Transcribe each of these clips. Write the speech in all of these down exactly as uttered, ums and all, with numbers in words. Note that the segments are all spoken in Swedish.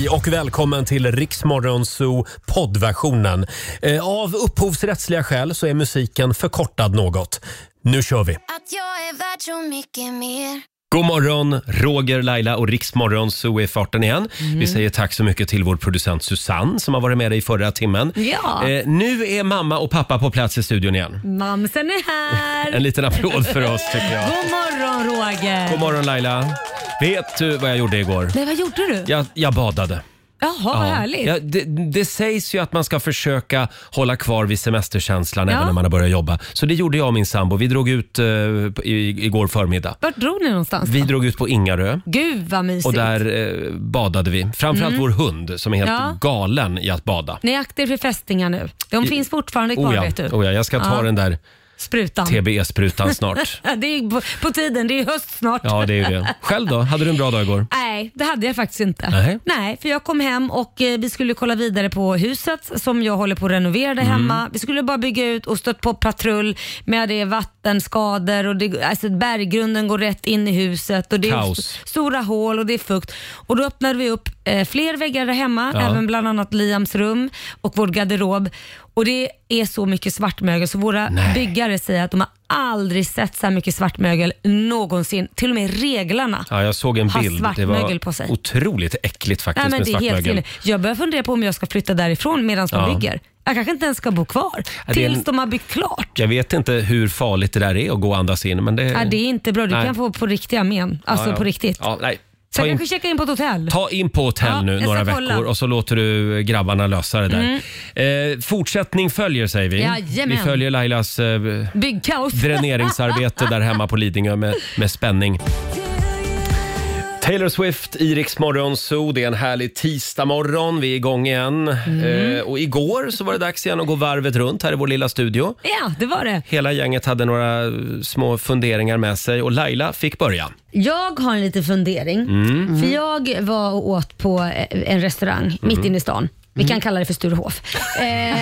Hej och välkommen till Riksmorgon Zoo poddversionen. Eh, av upphovsrättsliga skäl så är musiken förkortad något. Nu kör vi. Att jag är värd så mycket mer. God morgon, Roger, Laila och Riksmorgon Zoo är i farten igen. Mm. Vi säger tack så mycket till vår producent Susanne som har varit med dig i förra timmen. Ja. Eh, nu är mamma och pappa på plats i studion igen. Mamsen är här. En liten applåd för oss tycker jag. God morgon Roger. God morgon Laila. Vet du vad jag gjorde igår? Nej, vad gjorde du? Jag, jag badade. Jaha, vad härligt. Ja, det, det sägs ju att man ska försöka hålla kvar vid semesterkänslan Ja. även när man har börjat jobba. Så det gjorde jag och min sambo. Vi drog ut uh, i, igår förmiddag. Vart drog ni någonstans? Vi då? drog ut på Ingarö. Gud vad mysigt. Och där eh, badade vi. Framförallt Mm. vår hund som är helt Ja. galen i att bada. Ni aktar för fästingar nu. De I- finns fortfarande kvar Oh ja, vet du. oh ja, jag ska ta Ja. den där Sprutan. T B E-sprutan snart. Ja, det är på, på tiden, det är höst snart. Ja, det är ju det. Själv då? Hade du en bra dag igår? Nej, det hade jag faktiskt inte. Nej. Nej, för jag kom hem och eh, vi skulle kolla vidare på huset som jag håller på att renovera där Mm. hemma. Vi skulle bara bygga ut och stött på patrull med det vattenskador och det, alltså berggrunden går rätt in i huset och det Kaos. är st- stora hål och det är fukt. Och då öppnade vi upp eh, fler väggar där hemma, Ja. även bland annat Liams rum och vår garderob. Och det är så mycket svartmögel så våra Nej. byggare säger att de har aldrig sett så här mycket svartmögel någonsin. Till och med reglarna. Ja, jag såg en Har bild. Det svartmögel på var sig. otroligt äckligt faktiskt Nej, men med det är helt svartmögel. fel. Jag börjar fundera på om jag ska flytta därifrån medan de Ja. bygger. Jag kanske inte ens ska bo kvar Ja, det är tills en- de har byggt klart. Jag vet inte hur farligt det där är att gå och andas in. Men det, Ja, det är inte bra. Du Nej. kan få på riktiga men. Alltså Ja, ja. på riktigt. Ja, nej. Så Ta jag in, kanske checka in på ett hotell. ta in på hotell Ja, nu jag några ska veckor kolla. Mm. och så låter du grabbarna lösa det där. Eh, fortsättning följer säger vi. Jajamän. Vi följer Lailas eh, Byggkaos. dräneringsarbete där hemma på Lidingö med, med spänning. Taylor Swift i Rix Morgon Zoo. Det är en härlig tisdagmorgon. Vi är igång igen. Mm. Eh, och igår så var det dags igen att gå varvet runt här i vår lilla studio. Ja, det var det. Hela gänget hade några små funderingar med sig och Laila fick börja. Jag har en liten fundering. Mm. För jag var och åt på en restaurang mitt inne i stan. Vi kan kalla det för Sturehof. Eh,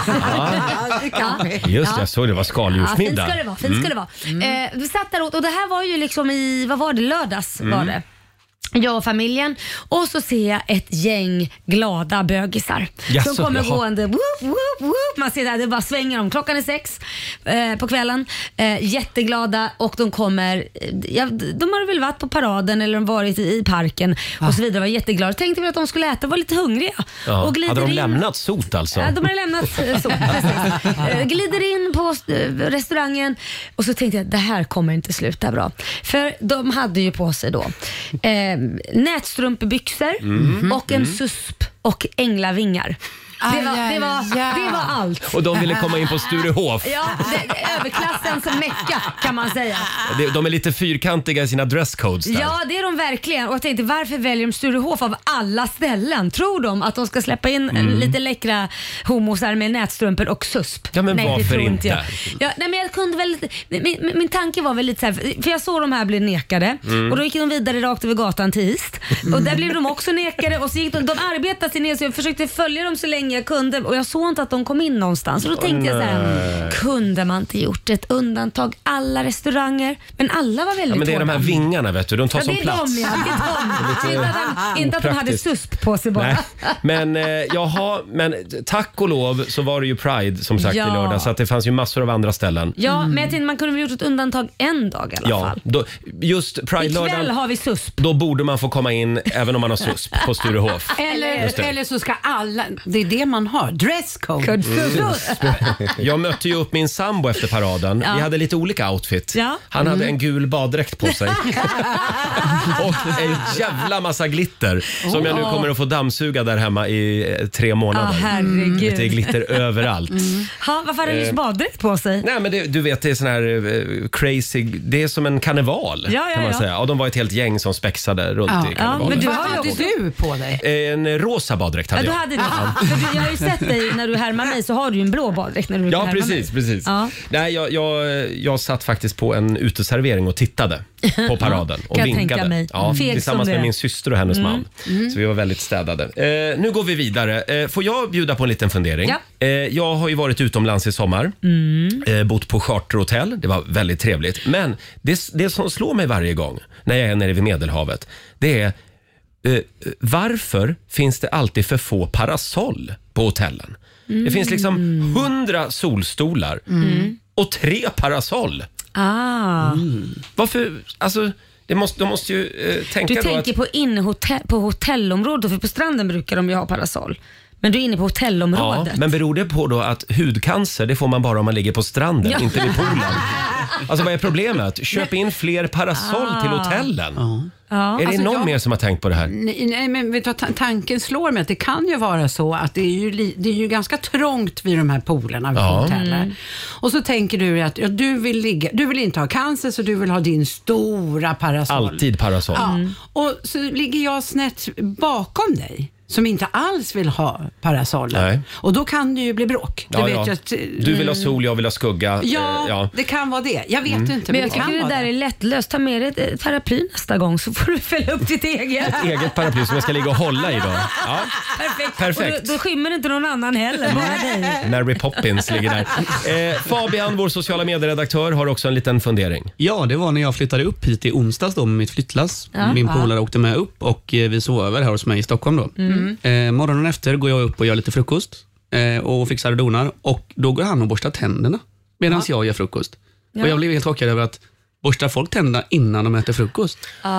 ja. Just det, jag såg det var Ja, skaldjursmiddag. fint ska det vara. Fint ska det vara. Eh, vi satt där åt, och det här var ju liksom i, vad var det, lördags var det. Jag och familjen och så ser jag ett gäng glada bögisar Jaså, som kommer jaha. gående. Whoop, whoop, whoop. Man ser det, det bara svänger om. Klockan är sex eh, på kvällen. Eh, jätteglada och de kommer, eh, ja, de har väl varit på paraden eller de varit i, i parken och så vidare. Var jätteglada. Tänkte väl att de skulle äta, var lite hungriga. Ja. Och glider Hade de in. lämnat sot alltså? Ja, de har lämnat eh, så, precis. Eh, Glider in på eh, restaurangen och så tänkte jag det här kommer inte sluta bra. För de hade ju på sig då eh, nätstrumpebyxor Mm. och en susp och änglavingar. Det var, det, var, det var allt. Och de ville komma in på Sturehof. Ja, det, överklassens mecka kan man säga. De- De är lite fyrkantiga i sina dresscodes där. Ja, det är de verkligen. Och jag tänkte, varför väljer de Sturehof av alla ställen? Tror de att de ska släppa in lite läckra homosar med nätstrumpor och susp? Ja, men nej, det varför tror inte? Jag. Ja, nej, men jag kunde väl, min, min, min tanke var väl lite så här, för jag såg de här bli nekade Mm. och då gick de vidare rakt över gatan till East och där blev de också nekade och så gick de, de arbetade sig ner så jag försökte följa dem så länge jag kunde och jag såg inte att de kom in någonstans och då tänkte jag så här, kunde man inte gjort ett undantag alla restauranger? Men alla var väldigt Ja, men det är de här hårda. vingarna vet du, de tar Ja, som det är plats. de, ja. Det är de. Inte att de, inte att de hade opraktiskt. susp på sig bara. Nej. Men, eh, jaha, men tack och lov så var det ju Pride som sagt Ja. i lördag så att det fanns ju massor av andra ställen. Ja, men jag tänkte man kunde väl gjort ett undantag en dag i alla Ja, fall. då, just Ikväll Pride-lördagen, har vi susp. då borde man få komma in även om man har susp på Sturehof. Just Eller, det. eller så ska alla, det är det man har, dresscode. Code susp. Jag mötte ju upp min sambo efter paraden. Ja. Vi hade lite olika outfit. Ja. Han hade en gul baddräkt på sig. Och en jävla massa glitter som jag nu kommer att få dammsuga där hemma i eh, tre Ja, månader. herregud. Det är glitter överallt. Ha, varför hade han just baddräkt på sig? Nej men det, du vet det är sån här eh, crazy, det är som en karneval Ja, ja, kan man ja. säga. Och de var ett helt gäng som spexade runt Ja. i Ja, karnevalen. men du Vad har ju hade också... du på dig? En rosa baddräkt Ja, hade du jag. hade det. För du, jag har ju sett dig när du härmar mig så har du ju en blå baddräkt när du Ja, härmar precis, mig. precis. Ja. Nej, jag, jag, jag satt faktiskt på en uteservering och tittade på paraden och kan jag vinkade. tänka mig. Ja, Feg tillsammans som du med är. min syster och hennes man. Så vi var väldigt städade. Eh, nu går vi vidare. Eh, får jag bjuda på en liten fundering? Ja. Eh, jag har ju varit utomlands i sommar. Eh, bott på charterhotell. Det var väldigt trevligt. Men det, det som slår mig varje gång när jag är nere vid Medelhavet, det är eh, varför finns det alltid för få parasoll på hotellen? Mm. Det finns liksom hundra solstolar mm. och tre parasoll. Ah. Mm. Varför, alltså... Det måste, de måste ju eh, tänka Du då tänker att... på, inne hotell, på hotellområdet, för på stranden brukar de ju ha parasoll. Men du är inne på hotellområdet. Ja, men beror det på då att hudcancer, det får man bara om man ligger på stranden, ja. inte vid poolen? Alltså vad är problemet? Köp in fler parasoll ah. till hotellen. Ah. Ja. Är det alltså, någon jag, mer som har tänkt på det här? Nej, nej men vet du, tanken slår mig att det kan ju vara så att det är ju, li, det är ju ganska trångt vid de här poolerna vid ja. hoteller. Mm. Och så tänker du att ja, du, vill ligga, du vill inte ha cancer så du vill ha din stora parasoll. Alltid parasoll. Ja. Mm. Och så ligger jag snett bakom dig som inte alls vill ha parasollen. Nej. Och då kan det ju bli bråk. Ja, du, vet ja. ju att, du vill ha sol, jag vill ha skugga. Ja, eh, ja. det kan vara det. Jag vet mm. inte. Men Men jag det tycker kan det där det. är lättlöst. Ta med dig ett paraply nästa gång så får du fälla upp ditt eget. Ett eget paraply som jag ska ligga och hålla i då. Ja. Perfekt. Perfekt. Och då, då skymmer inte någon annan heller, bara dig. Mary Poppins ligger där. Eh, Fabian, vår sociala medieredaktör, har också en liten fundering. Ja, det var när jag flyttade upp hit i onsdags då med mitt flyttlass. Ja. Min polare åkte med upp och eh, vi sov över här hos mig i Stockholm då. Mm. Eh, morgonen efter går jag upp och gör lite frukost eh, och fixar och donar. Och då går han och borstar tänderna medan ja. jag gör frukost. Ja. Och jag blev helt chockad över att borstar folk tänderna innan de äter frukost?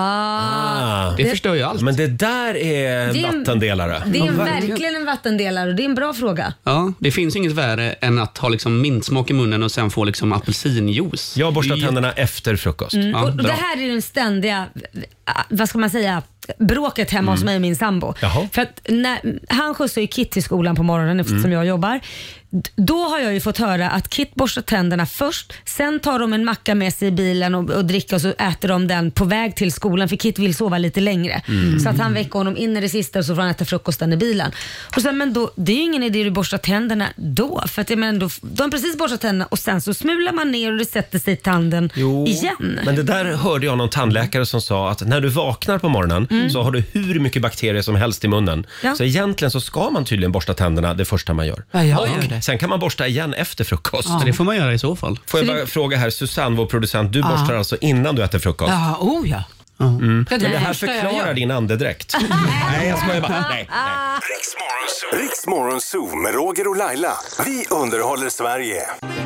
Ah. Det, det förstör ju allt. Men det där är en vattendelare. Det är ja, verkligen en vattendelare och det är en bra fråga. Ja, det finns inget värre än att ha liksom mintsmak i munnen och sen få liksom apelsinjuice. Jag borstar tänderna efter frukost. Mm. Ja, och det här är den ständiga, vad ska man säga, bråket hemma mm. hos mig och min sambo. Jaha. För att när, han skjutsar ju Kit till skolan på morgonen eftersom mm. jag jobbar. Då har jag ju fått höra att Kit borstar tänderna först, sen tar de en macka med sig i bilen och, och dricker och så äter de den på väg till skolan för Kit vill sova lite längre. Mm. Så att han väcker honom in i det sista och så får han äta frukosten i bilen. Och sen, men då, det är ju ingen idé att du borstar tänderna då, för att jag menar, då, de har precis borstat tänderna och sen så smular man ner och det sätter sig i tanden jo, igen. Men det där hörde jag någon tandläkare som sa att när du vaknar på morgonen mm. så har du hur mycket bakterier som helst i munnen. Ja. Så egentligen så ska man tydligen borsta tänderna det första man gör. Ja, jag gör det. Sen kan man borsta igen efter frukost. Ja. Det får man göra i så fall. Får jag bara fråga här, Susanne, vår producent, du borstar ja. alltså innan du äter frukost? Ja, oh ja. Mm. Men det här förklarar din andedräkt. Nej, jag skojar bara. Nej, nej. Riks Morgonzoo med Roger och Laila. Vi underhåller Sverige.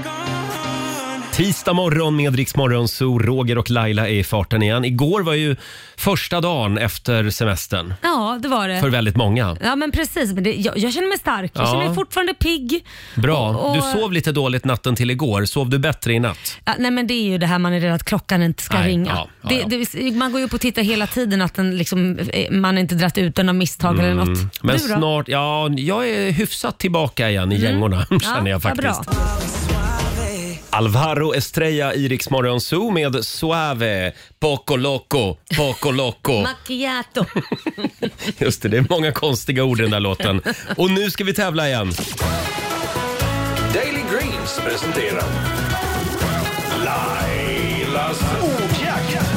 Tisdag morgon med Riks Morgonzoo. Roger och Laila är i farten igen. Igår var ju första dagen efter semestern. Ja, det var det. För väldigt många. Ja, men precis. Men det, jag, jag känner mig stark. Jag ja. känner mig fortfarande pigg. Bra. Och, och, du sov lite dåligt natten till igår. Sov du bättre i natt? Ja, nej, men det är ju det här man är rädd att klockan inte ska nej, ringa. Ja, ja, ja. Det, det, man går ju upp och tittar hela tiden att den liksom, man inte dratt ut den av misstag mm. eller något. Men du snart, ja, jag är hyfsat tillbaka igen i mm. gängorna, känner jag faktiskt. Ja, bra. Alvaro Estrella i Riks Morgonzoo med Suave, Poco Loco, Poco Loco. Macchiato. Just det, det är många konstiga ord i den där låten. Och nu ska vi tävla igen. Daily Greens presenterar Lailas ordjakt.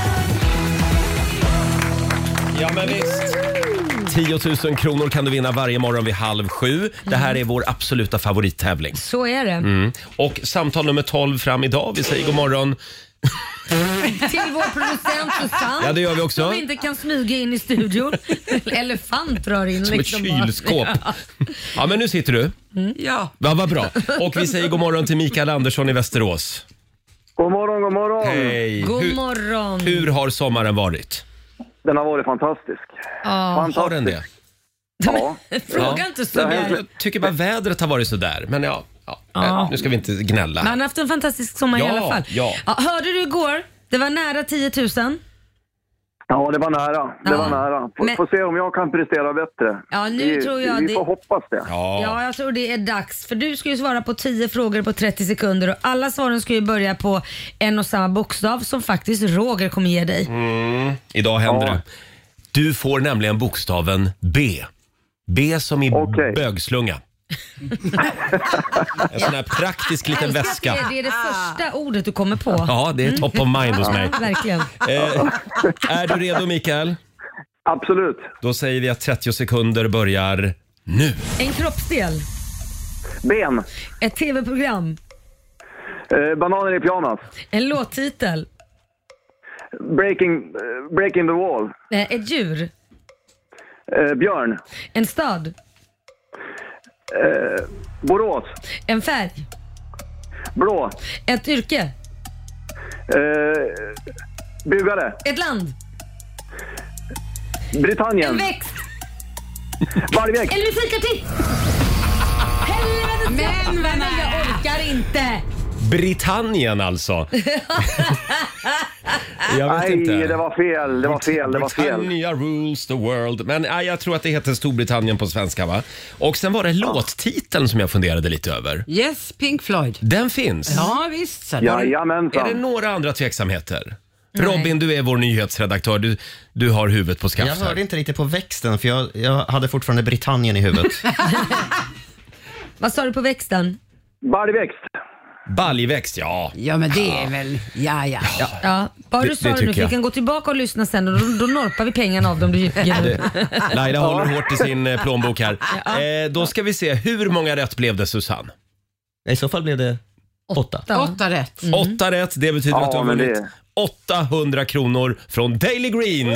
Ja, men visst. tio tusen kronor kan du vinna varje morgon vid halv sju. Det här är vår absoluta favorittävling. Så är det. Mm. Och samtal nummer tolv fram idag. Vi säger god morgon. Till vår producent Susanne. Ja, det gör vi också. Som inte kan smyga in i studion. Elefant rör in. Som liksom ett kylskåp. Ja. ja, men nu sitter du. Mm. Ja. Ja, vad bra. Och vi säger god morgon till Mikael Andersson i Västerås. God morgon, god morgon. Hej. God hur, morgon. Hur har sommaren varit? Den har varit fantastisk. Ja. Fantastisk. Har den det? Ja. Fråga Ja. inte så Jag mycket. tycker bara vädret har varit så där. Men ja, ja. Ja. nu ska vi inte gnälla. Men han har haft en fantastisk sommar Ja, i alla fall. ja. Ja, hörde du igår? Det var nära tio tusen. Ja, det var nära. Det Ja. var nära. Får, Men- får se om jag kan prestera bättre. Ja, nu vi, tror jag vi det- får hoppas det. Ja. Ja, jag tror det är dags. För du ska ju svara på tio frågor på trettio sekunder och alla svaren ska ju börja på en och samma bokstav som faktiskt Roger kommer ge dig. Mm, idag händer Ja. det. Du får nämligen bokstaven B. B som i Okej. bögslunga. En sån här praktisk liten Älskar väska. Det, det är det första ordet du kommer på. Ja, det är top of mind hos mig. Ja, verkligen. Eh, är du redo, Mikael? Absolut. Då säger vi att trettio sekunder börjar nu. En kroppsdel. Ben. Ett tv-program. Eh, bananer i pyjamas. En låttitel. Breaking, eh, breaking the wall. Eh, Ett djur. Eh, Björn. En stad. Eh, Borås. En färg. Blå. Ett yrke. Eh, byggare. Ett land. Britannien. En växt. Vargväxt. En musikartist. Helvete. Men vänner, jag orkar inte. Britannien alltså. Jag vet Nej, inte. det var fel. Det var fel. Det var fel. Britannia rules the world. Men nej, jag tror att det heter Storbritannien på svenska, va? Och sen var det låttiteln som jag funderade lite över. Yes, Pink Floyd. Den finns. Ja, visst. Så Jajamensan. Är det några andra tveksamheter? Robin, du är vår nyhetsredaktör. Du, du har huvudet på skaft Jag här. hörde inte riktigt på växten för jag, jag hade fortfarande Britannien i huvudet. Vad sa du på växten? Vargväxt. Baljväxt, ja. Ja, men det är väl... Ja, ja. ja. Ja, bara Det- du sa det det nu, tycker för jag. vi kan gå tillbaka och lyssna sen och då, då norpar vi pengarna av dem du ljuger nu. Laila håller hårt i sin eh, plånbok här. Eh, då ska vi se, hur många rätt blev det, Susanne? I så fall blev det åtta. Ja. Åtta rätt. Åtta rätt, det betyder Ja, att du har men det- vunnit åttahundra kronor från Daily Greens.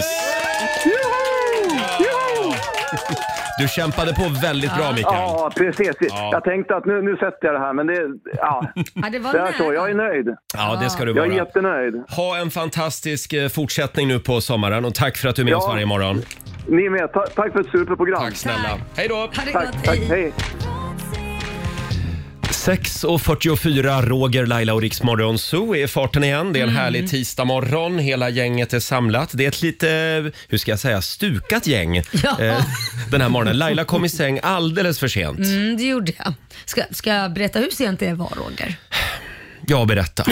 Du kämpade på väldigt bra, Mikael. Ja, precis. Jag tänkte att nu, nu sätter jag det här, men det... Ja, Ja, det var det är så. nära. Jag är nöjd. Ja, det ska du Jag är vara. jättenöjd. Ha en fantastisk eh, fortsättning nu på sommaren och tack för att du är med Ja. oss varje morgon. Ni med. Ta, tack för ett superprogram. Tack snälla. Hej då! Ha det Tack, gott, tack. hej. Hej. sex och fyrtiofyra, Roger, Laila och Riksmorgon Zoo är farten igen. Det är en Mm. härlig tisdagmorgon. Hela gänget är samlat. Det är ett lite, hur ska jag säga, stukat gäng Ja. eh, den här morgonen. Laila kom i säng alldeles för sent. Mm, det gjorde jag. Ska, ska jag berätta hur sent det var, Roger? Jag berätta.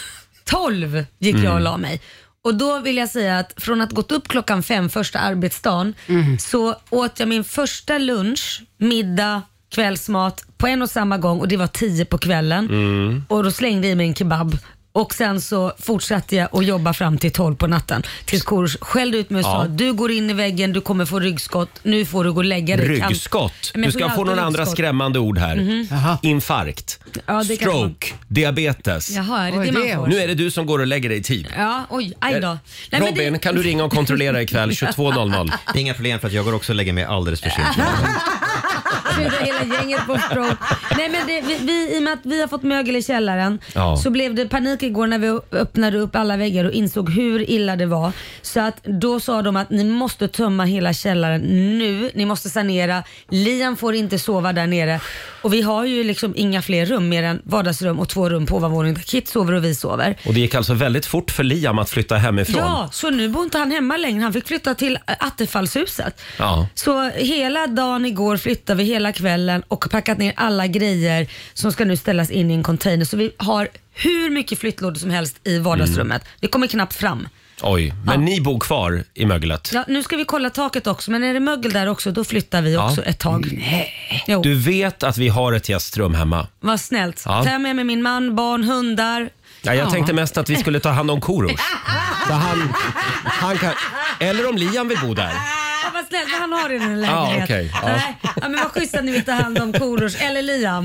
tolv gick jag och la mig. Och då vill jag säga att från att gått upp klockan fem första arbetsdagen så åt jag min första lunch, middag, kvällsmat på en och samma gång och det var tio på kvällen. Och då slängde jag i mig en kebab. Och sen så fortsatte jag att jobba fram till tolv på natten. Tills Korosh skällde ut mig och sa, Ja. du går in i väggen, du kommer få ryggskott, nu får du gå och lägga dig. Kan- Ryggskott. Men Du jag ska får ju få alltid några andra ryggskott. skrämmande ord här. Jaha. Infarkt, Ja, det kan man- stroke, diabetes. Jaha, är det Oj, det man det- får? Nu är det du som går och lägger dig i tid. Ja, oj, aj då. Nej, men Robin, det- kan du ringa och kontrollera ikväll tjugotvå noll noll? Det är inga problem för att jag går också och lägger mig alldeles för sent. Skjuter hela gänget på stroke. Nej, men det, vi, vi, i och med att vi har fått mögel i källaren Ja. så blev det panik igår när vi öppnade upp alla väggar och insåg hur illa det var. Så att då sa de att ni måste tömma hela källaren nu. Ni måste sanera. Liam får inte sova där nere. Och vi har ju liksom inga fler rum mer än vardagsrum och två rum på ovanvåningen där Kit sover och vi sover. Och det gick alltså väldigt fort för Liam att flytta hemifrån. Ja, så nu bor inte han hemma längre. Han fick flytta till Attefallshuset. Ja. Så hela dagen igår flyttade vi hela kvällen och packat ner alla grejer som ska nu ställas in i en container. Så vi har hur mycket flyttlådor som helst i vardagsrummet. Det kommer knappt fram. Oj, men Ja. ni bor kvar i möglet. Ja, nu ska vi kolla taket också, men är det mögel där också då flyttar vi också ett tag. Nej. Jo, Du vet att vi har ett gästrum hemma. vad snällt. Ja. Tar jag med mig min man, barn, hundar. Ja, jag Ja. tänkte mest att vi skulle ta hand om Korosh. Så han, han kan, eller om Liam vill bo där. Ja, vad snällt, men han har redan en Ja, lägenhet. okej, ja. Nej, ja, men vad schysst att ni vill ta hand om Korosh eller Liam.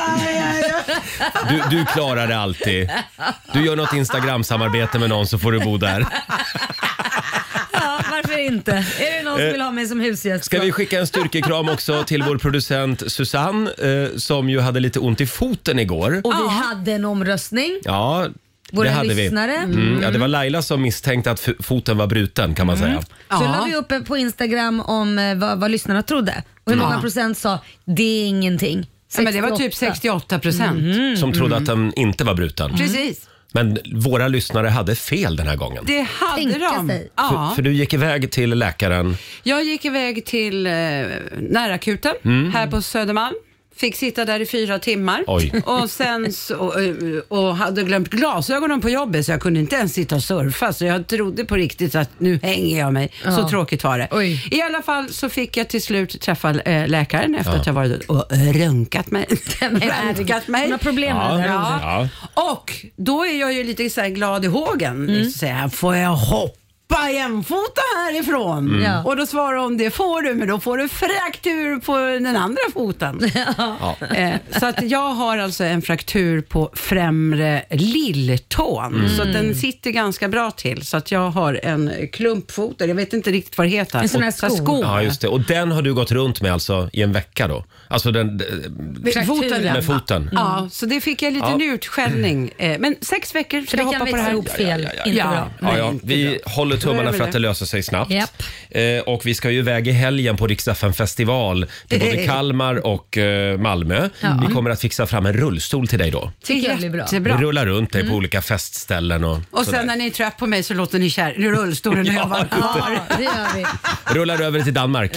Du, du klarar det alltid. Du gör något Instagram-samarbete med någon så får du bo där. Ja, varför inte? Är det någon som vill ha mig som husgäst? Ska vi skicka en styrkekram också till vår producent Susanne eh, som ju hade lite ont i foten igår. Och vi hade en omröstning. Ja, Våra det hade lyssnare. vi. Mm, ja, det var Laila som misstänkte att f- foten var bruten kan man säga. Så Ja. la vi upp på Instagram om eh, vad, vad lyssnarna trodde. Och hur många Ja. procent sa det är ingenting? Ja, men det var typ sextioåtta. sextioåtta procent. Mm. Som trodde att den inte var bruten. Precis. Men våra lyssnare hade fel den här gången. Det hade Tänka de. sig. Ja. För, för du gick iväg till läkaren. Jag gick iväg till eh, närakuten här på Södermalm. Fick sitta där i fyra timmar. Oj. Och sen så, och, och hade glömt glasögonen på jobbet så jag kunde inte ens sitta och surfa. Så jag trodde på riktigt att nu hänger jag mig. Ja. Så tråkigt var det. Oj. I alla fall så fick jag till slut träffa äh, läkaren efter att jag varit och röntgat mig. Röntgat mig. Hon har problem med Ja. det där Ja. ordet. Ja. Och då är jag ju lite så här glad i hågen. Mm. Så säger jag, får jag hoppa hoppa jämfota härifrån. Mm. Ja. Och då svarar hon, det får du, men då får du fraktur på den andra foten. Ja. Eh, så att jag har alltså en fraktur på främre lilltån. Mm. Så att den sitter ganska bra till. Så att jag har en klumpfot, jag vet inte riktigt vad det heter. En sån här sko. sko. Ja, just det. Och den har du gått runt med alltså i en vecka då? Alltså den... Foten, med foten. Mm. Ja, så det fick jag lite Ja. en utskällning. Eh, men sex veckor ska jag hoppa på det här. ihop fel. Ja, ja, ja. Inte Ja. bra. Ja, ja. inte Vi bra. håller tummarna Då är det för väl att det löser sig snabbt. Japp. Eh, och vi ska ju iväg i helgen på Rix F M festival till både Eh. Kalmar och eh, Malmö. Ja. Vi kommer att fixa fram en rullstol till dig då. Tycker jag blir bra. Jättebra. Vi rullar runt dig på olika festställen och, Och sådär. sen när ni är trött på mig så låter ni kär, rullstolen när jag var Ja, det gör vi. Rullar över till Danmark.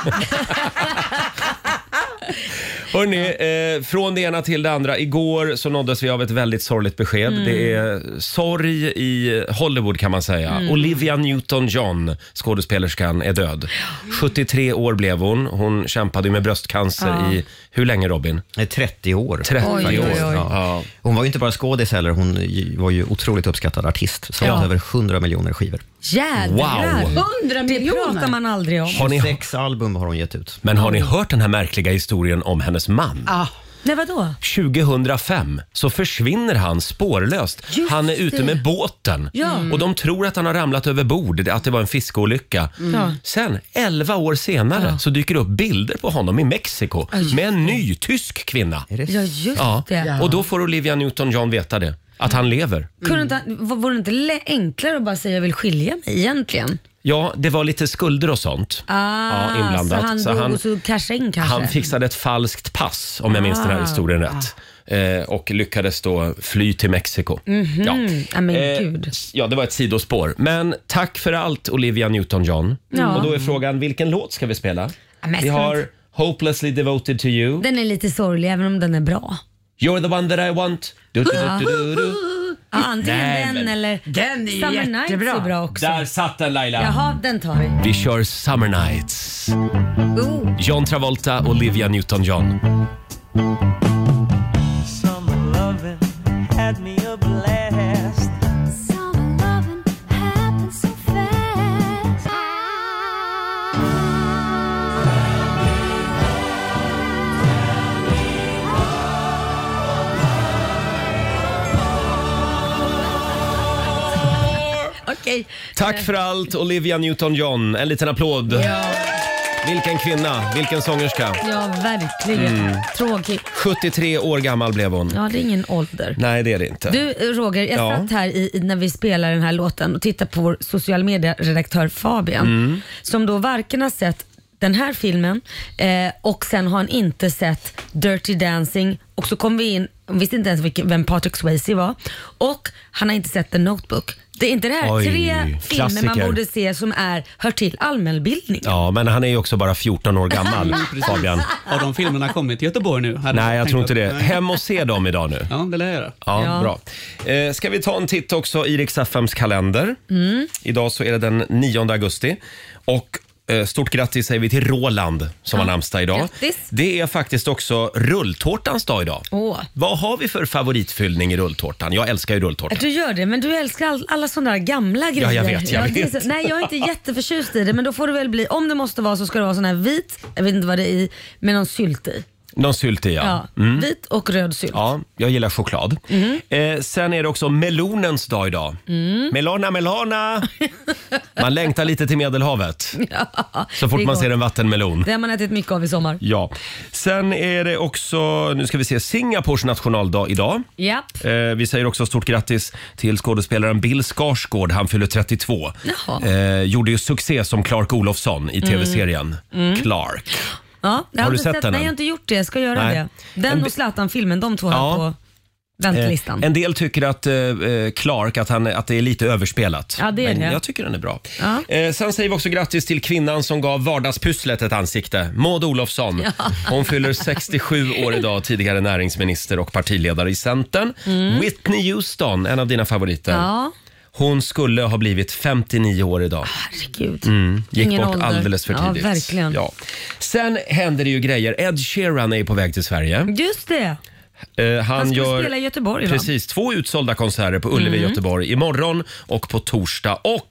Hörrni, eh, från det ena till det andra. Igår så nåddes vi av ett väldigt sorgligt besked. Mm. Det är sorg i Hollywood kan man säga. Mm. Olivia Newton-John, skådespelerskan, är död. sjuttiotre år blev hon. Hon kämpade med bröstcancer Ja. i, hur länge Robin? trettio år. trettio Oj, oj, år. oj. Ja. Hon var ju inte bara skådis heller, hon var ju otroligt uppskattad artist. Sålt Ja. över hundra miljoner skivor. Jädrar. Wow. hundra Det miljoner. pratar man aldrig om. Har ni, Sex album har hon gett ut. men har ni hört den här märkliga historien om hennes man? Ah, Nej, vadå? tjugohundrafem så försvinner han spårlöst. Just Han är ute det. med båten Ja. och de tror att han har ramlat över bord, att det var en fiskeolycka. Ja. Sen, elva år senare, Ja. så dyker det upp bilder på honom i Mexiko just med en ny tysk kvinna. Är det Ja, just Ja. det. Och då får Olivia Newton-John veta det, att han lever. Kunde inte, vore det inte le- enklare att bara säga jag vill skilja mig egentligen? Ja, det var lite skulder och sånt Ah, ja, inblandat. så han Så drog han- och så cashade in kanske? Han fixade ett falskt pass, om jag minns den här Ah. historien rätt. Eh, och lyckades då fly till Mexiko. Mhm. Ja, men gud. ja, det var ett sidospår. Men tack för allt, Olivia Newton-John. Ja. Och då är frågan, vilken låt ska vi spela? Ja, men Vi ska har Hopelessly Devoted to You. Den är lite sorglig även om den är bra. You're the one that I want. Du, du, du, du, du. Ja, antingen Nej, den men- eller Den är Summer Nights jättebra. är bra också. Där satt den, Laila. Jaha, den tar vi. Vi kör Summer Nights. Oh. John Travolta, Olivia Newton-John. Summer loving had me a blast. Summer loving happens so fast. Okej. Tack för allt, Olivia Newton-John. En liten applåd. Ja, Vilken kvinna, vilken sångerska. ja, verkligen. Mm. Tråkigt. sjuttiotre år gammal blev hon. Ja, det är ingen ålder. Nej, det är det inte. Du Roger, jag Ja. satt här i, i- när vi spelade den här låten och tittade på vår social media-redaktör Fabian Mm. som då varken har sett den här filmen eh, och sen har han inte sett Dirty Dancing och så kom vi in, han visste inte ens vilken, vem Patrick Swayze var och han har inte sett The Notebook. Det är inte det här Oj, tre filmer klassiker. man borde se som är, hör till allmänbildning. Ja, men han är ju också bara fjorton år gammal, Fabian. Har de filmerna kommit till Göteborg nu? Hade Nej, jag tänkt tror inte att- det. Hem och se dem idag nu. Ja, det lär jag göra. Ja, Ja. bra. Eh, ska vi ta en titt också i Rix F M:s kalender? Mm. Idag så är det den nionde augusti. Och eh, stort grattis säger vi till Roland som har namnsdag idag. Grattis. Det är faktiskt också rulltårtans dag idag. Åh. Vad har vi för favoritfyllning i rulltårtan? Jag älskar ju rulltårta. Att du gör det, men du älskar all, alla sådana där gamla grejer. jag vet, jag det är vet. Så, nej, jag är inte jätteförtjust i det, men då får det väl bli, om det måste vara så ska det vara sån här vit, jag vet inte vad det är i, med någon sylt i. Någon sylt i, Ja, ja. Mm. vit och röd sylt. Ja, jag gillar choklad. Mm. Eh, sen är det också melonens dag idag. Mm. Melona, melona! Man längtar lite till Medelhavet. Ja, Så fort det är man gott. ser en vattenmelon. Det har man ätit mycket av i sommar. Ja. Sen är det också, nu ska vi se, Singapores nationaldag idag. Japp. Eh, vi säger också stort grattis till skådespelaren Bill Skarsgård. Han fyller trettiotvå. Jaha. Eh, gjorde ju succé som Clark Olofsson i tv-serien Clark. Ja, jag Har du inte sett den Nej, än? jag har inte gjort det. Jag ska göra Nej. det. Den En- och Zlatan-filmen, de två Ja. har på väntlistan. Eh, en del tycker att eh, Clark, att, han, att det är lite överspelat. Ja, det är Men det. jag tycker den är bra. Ja. Eh, sen säger vi också grattis till kvinnan som gav vardagspusslet ett ansikte. Maud Olofsson. Hon fyller sextiosju år idag, tidigare näringsminister och partiledare i Centern. Whitney Houston, en av dina favoriter. Mm. Ja, Hon skulle ha blivit femtionio år idag. herregud. Mm, gick Ingen bort ålder. alldeles för Ja, tidigt. verkligen. Ja. Sen händer det ju grejer. Ed Sheeran är på väg till Sverige. Just det. Eh, han, Han skulle gör spela i Göteborg, va? precis två utsålda konserter på Ullevi i Mm. Göteborg imorgon och på torsdag. Och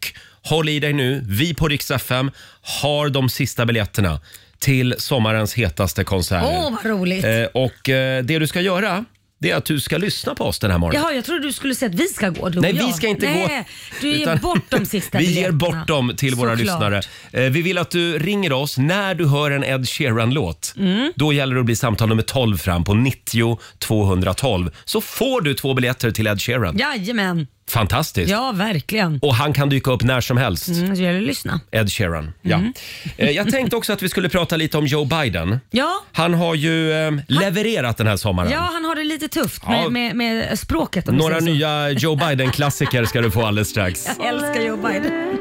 håll i dig nu. Vi på Rix F M har de sista biljetterna till sommarens hetaste konserter. Åh, vad roligt. Eh, och eh, det du ska göra, det är att du ska lyssna på oss den här morgonen. Jaha, jag trodde du skulle säga att vi ska gå. Du Nej, och jag. vi ska inte Nej, gå. Du ger Utan bort de sista vi ger biljetterna. bort dem till våra Såklart. lyssnare. Eh, vi vill att du ringer oss när du hör en Ed Sheeran-låt. Mm. Då gäller det att bli samtal nummer tolv fram på nittio tvåhundratolv. Så får du två biljetter till Ed Sheeran. Jajamän. Fantastiskt. Ja, verkligen. Och han kan dyka upp när som helst. Mm, så gäller det att lyssna. Ed Sheeran, ja. Mm. Eh, jag tänkte också att vi skulle prata lite om Joe Biden. Ja. Han har ju eh, levererat den här sommaren. Ja, han har det lite tufft Ja. med, med, med språket. Om vi Några säger så. nya Joe Biden-klassiker ska du få alldeles strax. Jag älskar Joe Biden.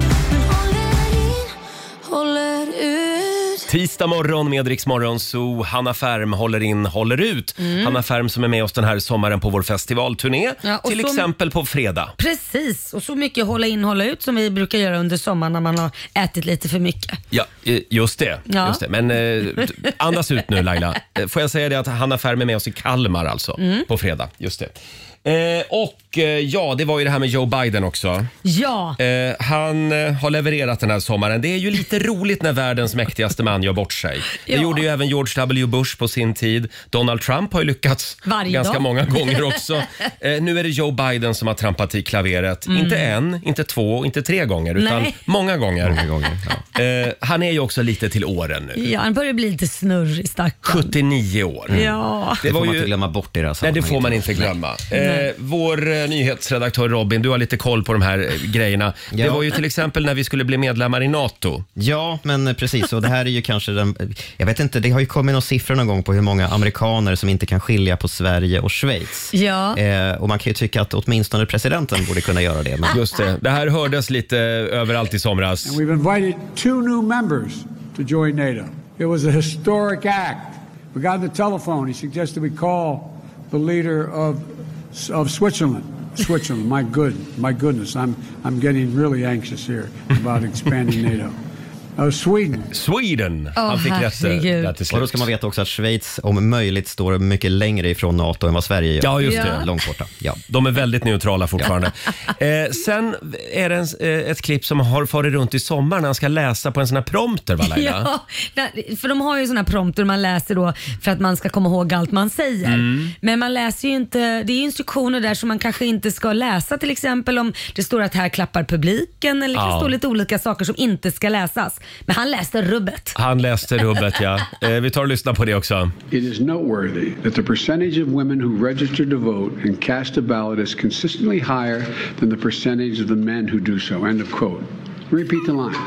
Håller ut. Tisdag morgon med Rix Morgon, så Hanna Färm håller in, håller ut. Mm. Hanna Färm som är med oss den här sommaren på vår festivalturné. Ja, och till så- exempel på fredag. Precis, och så mycket hålla in, hålla ut som vi brukar göra under sommaren när man har ätit lite för mycket. Ja, eh, just det. Ja. Just det. Men eh, t- andas ut nu Laila. Eh, Får jag säga det att Hanna Färm är med oss i Kalmar alltså Mm. på fredag. Just det. Eh, och eh, ja, det var ju det här med Joe Biden också. Ja. Eh, han eh, har levererat den här sommaren. Det är ju lite roligt när världens mäktigaste man gör bort sig. Det Ja. gjorde ju även George W. Bush på sin tid. Donald Trump har ju lyckats Varje ganska dag. många gånger också. Eh, nu är det Joe Biden som har trampat i klaveret. Mm. Inte en, inte två, inte tre gånger, utan Nej. många gånger. Många gånger, ja. eh, han är ju också lite till åren nu. Ja, han börjar bli lite snurrig, stackarn. sjuttionio år. Ja. Det får man ju- inte glömma bort i det här Nej, det får man sammanhanget. inte glömma. Nej. Eh, vår eh, nyhetsredaktör Robin, du har lite koll på de här eh, grejerna. Det Ja. var ju till exempel när vi skulle bli medlemmar i NATO. Ja, men precis. Och det här är ju kanske den... Jag vet inte, det har ju kommit några siffror någon gång på hur många amerikaner som inte kan skilja på Sverige och Schweiz. Ja. Eh, och man kan ju tycka att åtminstone presidenten borde kunna göra det. Men Just det. Det här hördes lite överallt i somras. And we've invited two new members to join NATO. It was a historic act. We got the telephone. He suggested we call the leader of of Switzerland. Switzerland, my good, my goodness, I'm I'm getting really anxious here about expanding NATO. Uh, Sweden. Sweden! Åh, Han fick rätt, herregud. rätt till och då slut. ska man veta också att Schweiz om möjligt står mycket längre ifrån NATO än vad Sverige gör. Ja, just Ja. det. Långt borta. Ja. De är väldigt neutrala fortfarande. eh, sen är det en, eh, ett klipp som har farit runt i sommar när han ska läsa på en sån här prompter, va Laila? Ja, där- för de har ju såna här prompter man läser då för att man ska komma ihåg allt man säger. Mm. Men man läser ju inte, det är ju instruktioner där som man kanske inte ska läsa, till exempel om det står att här klappar publiken eller det kan Ja. stå lite olika saker som inte ska läsas. Men han läste rubbet. Han läste rubbet, ja. Eh, vi tar och lyssnar på det också. It is noteworthy that the percentage of women who register to vote and cast a ballot is consistently higher than the percentage of the men who do so. End of quote. Repeat the line.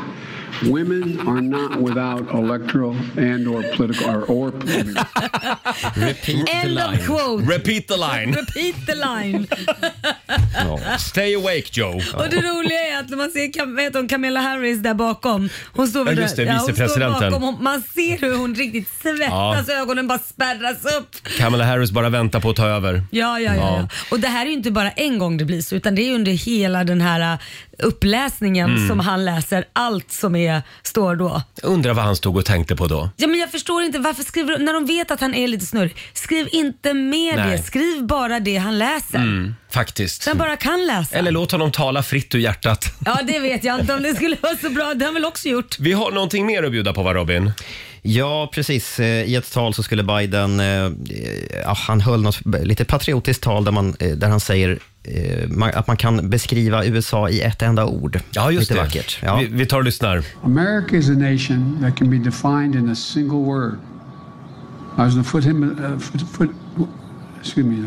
Women are not without electoral and or political or, or Repeat the End of line. quote. Repeat the line. Repeat the line. Ja. Stay awake Joe. Och det roliga är att när man ser Cam- vet hon, Kamala Harris där bakom. Hon står väl Ja, just det, där- hon står vicepresidenten. bakom. Hon- Man ser hur hon riktigt svettas, ögonen bara spärras upp. Kamala Harris bara väntar på att ta över. Ja, ja, ja, Ja. ja. Och det här är ju inte bara en gång det blir så, utan det är under hela den här uh, uppläsningen Mm. som han läser allt som är, står då. Undrar vad han stod och tänkte på då. Ja, men jag förstår inte varför skriver när de vet att han är lite snurrig. Skriv inte med Nej. det, skriv bara det han läser. Mm, faktiskt. Så han bara kan läsa. Eller låt honom tala fritt ur hjärtat. Ja, det vet jag inte om det skulle vara så bra. Det har han väl också gjort. Vi har någonting mer att bjuda på, va Robin? Ja, precis. Eh, I ett tal så skulle Biden, eh, ja, han höll något lite patriotiskt tal där, man, eh, där han säger eh, man, att man kan beskriva U S A i ett enda ord. Ja, just lite det. vackert. Ja. Vi, vi tar och lyssnar. America is a nation that can be defined in a single word. I was going to put him, uh, foot, foot, excuse me.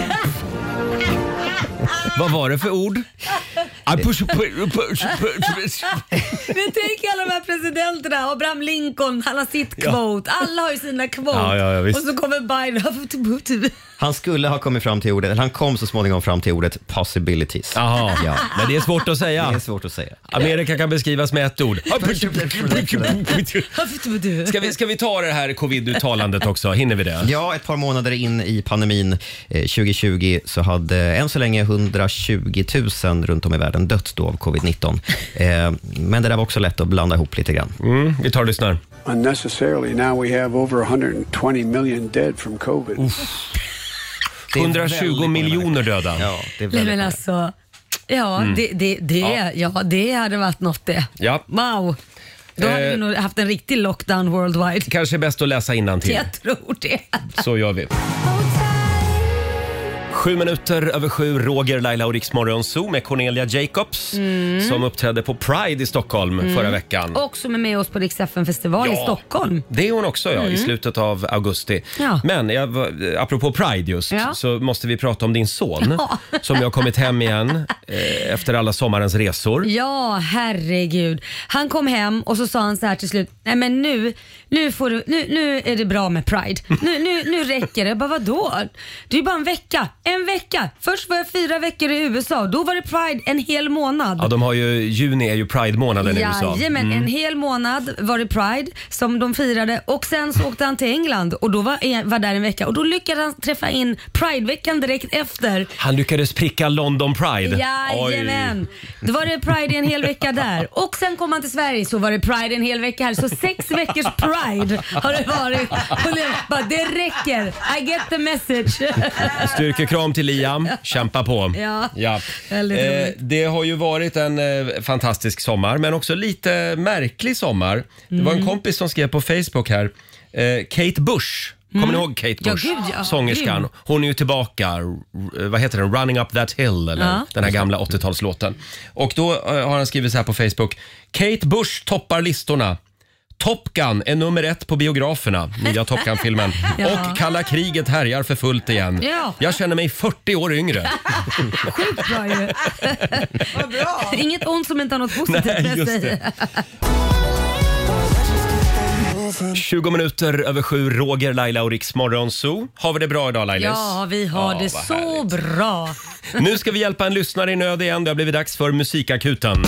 Vad var det för ord? I push, push, push, push. Men tänk alla de här presidenterna. Abraham Lincoln, han har sitt Ja. quote. Alla har ju sina quote. Ja, ja, ja, visst. Och så kommer Biden. Han skulle ha kommit fram till ordet, eller han kom så småningom fram till ordet possibilities. Jaha, Ja. men det är svårt att säga. Det är svårt att säga. Amerika kan beskrivas med ett ord. Ska vi, ska vi ta det här covid-uttalandet också? Hinner vi det? Ja, ett par månader in i pandemin eh, tjugo tjugo så hade än så länge hundratjugo tusen runt om i världen dött då av covid nitton. Eh, men det där var också lätt att blanda ihop lite grann. Mm, vi tar och lyssnar. Unnecessarily, now we have over one hundred twenty million dead from COVID. Det är hundratjugo väldigt många miljoner människor. döda. Ja, det är Nej väldigt men många. alltså. Ja, Mm. det, det, det, Ja. ja. det hade varit något det. Ja. Wow. Då hade Eh. vi nog haft en riktig lockdown worldwide. Kanske bäst att läsa innantill. Jag tror det. Så gör vi. Sju minuter över sju, Roger, Laila och Riksmorgon Zoo med Cornelia Jacobs Mm. som uppträdde på Pride i Stockholm Mm. förra veckan. Och som är med oss på Rix F M-festival i Ja. Stockholm. Det är hon också ja, i Mm. slutet av augusti. Ja. Men jag, var- apropå Pride just, Ja. så måste vi prata om din son Ja. som jag har kommit hem igen eh, efter alla sommarens resor. Ja, herregud. Han kom hem och så sa han så här till slut, nej men nu, nu, får du, nu, nu är det bra med Pride. Nu, nu, nu räcker det. Jag bara, vadå? Det är ju bara en vecka. En vecka. Först var jag fyra veckor i U S A. Då var det Pride en hel månad. Ja, de har ju, juni är ju Pride-månaden i U S A. Jajamän, Mm. en hel månad var det Pride som de firade och sen så åkte han till England och då var, var där en vecka och då lyckades han träffa in Pride-veckan direkt efter. Han lyckades pricka London Pride. Jajamän. Då var det Pride en hel vecka där och sen kom han till Sverige så var det Pride en hel vecka här. Så sex veckors Pride har det varit. Och det, bara, det räcker. I get the message. Styrkekram till Liam. Kämpa på. Ja, Ja. väldigt Eh, roligt. det har ju varit en eh, fantastisk sommar, men också lite märklig sommar. Det var en Mm. kompis som skrev på Facebook här. Eh, Kate Bush. Kommer Mm. ni ihåg Kate Ja, Bush? gud, ja. Sångerskan. Grym. Hon är ju tillbaka. R- vad heter den? Running Up That Hill, eller Ja. den här gamla åttiotalslåten. Och då eh, har han skrivit så här på Facebook. Kate Bush toppar listorna. Top Gun är nummer ett på biograferna, nya Top Gun-filmen. Ja. Och kalla kriget härjar för fullt igen. Ja. Jag känner mig fyrtio år yngre. Sjukt bra ju. Vad bra. Inget ont som inte har något positivt Nej, med just sig. det. tjugo minuter över sju, Roger, Laila och Riksmorgon Zoo. Har vi det bra idag, Lailis? Ja, vi har Ja, det vad så härligt. bra. Nu ska vi hjälpa en lyssnare i nöd igen. Det har blivit dags för Musikakuten.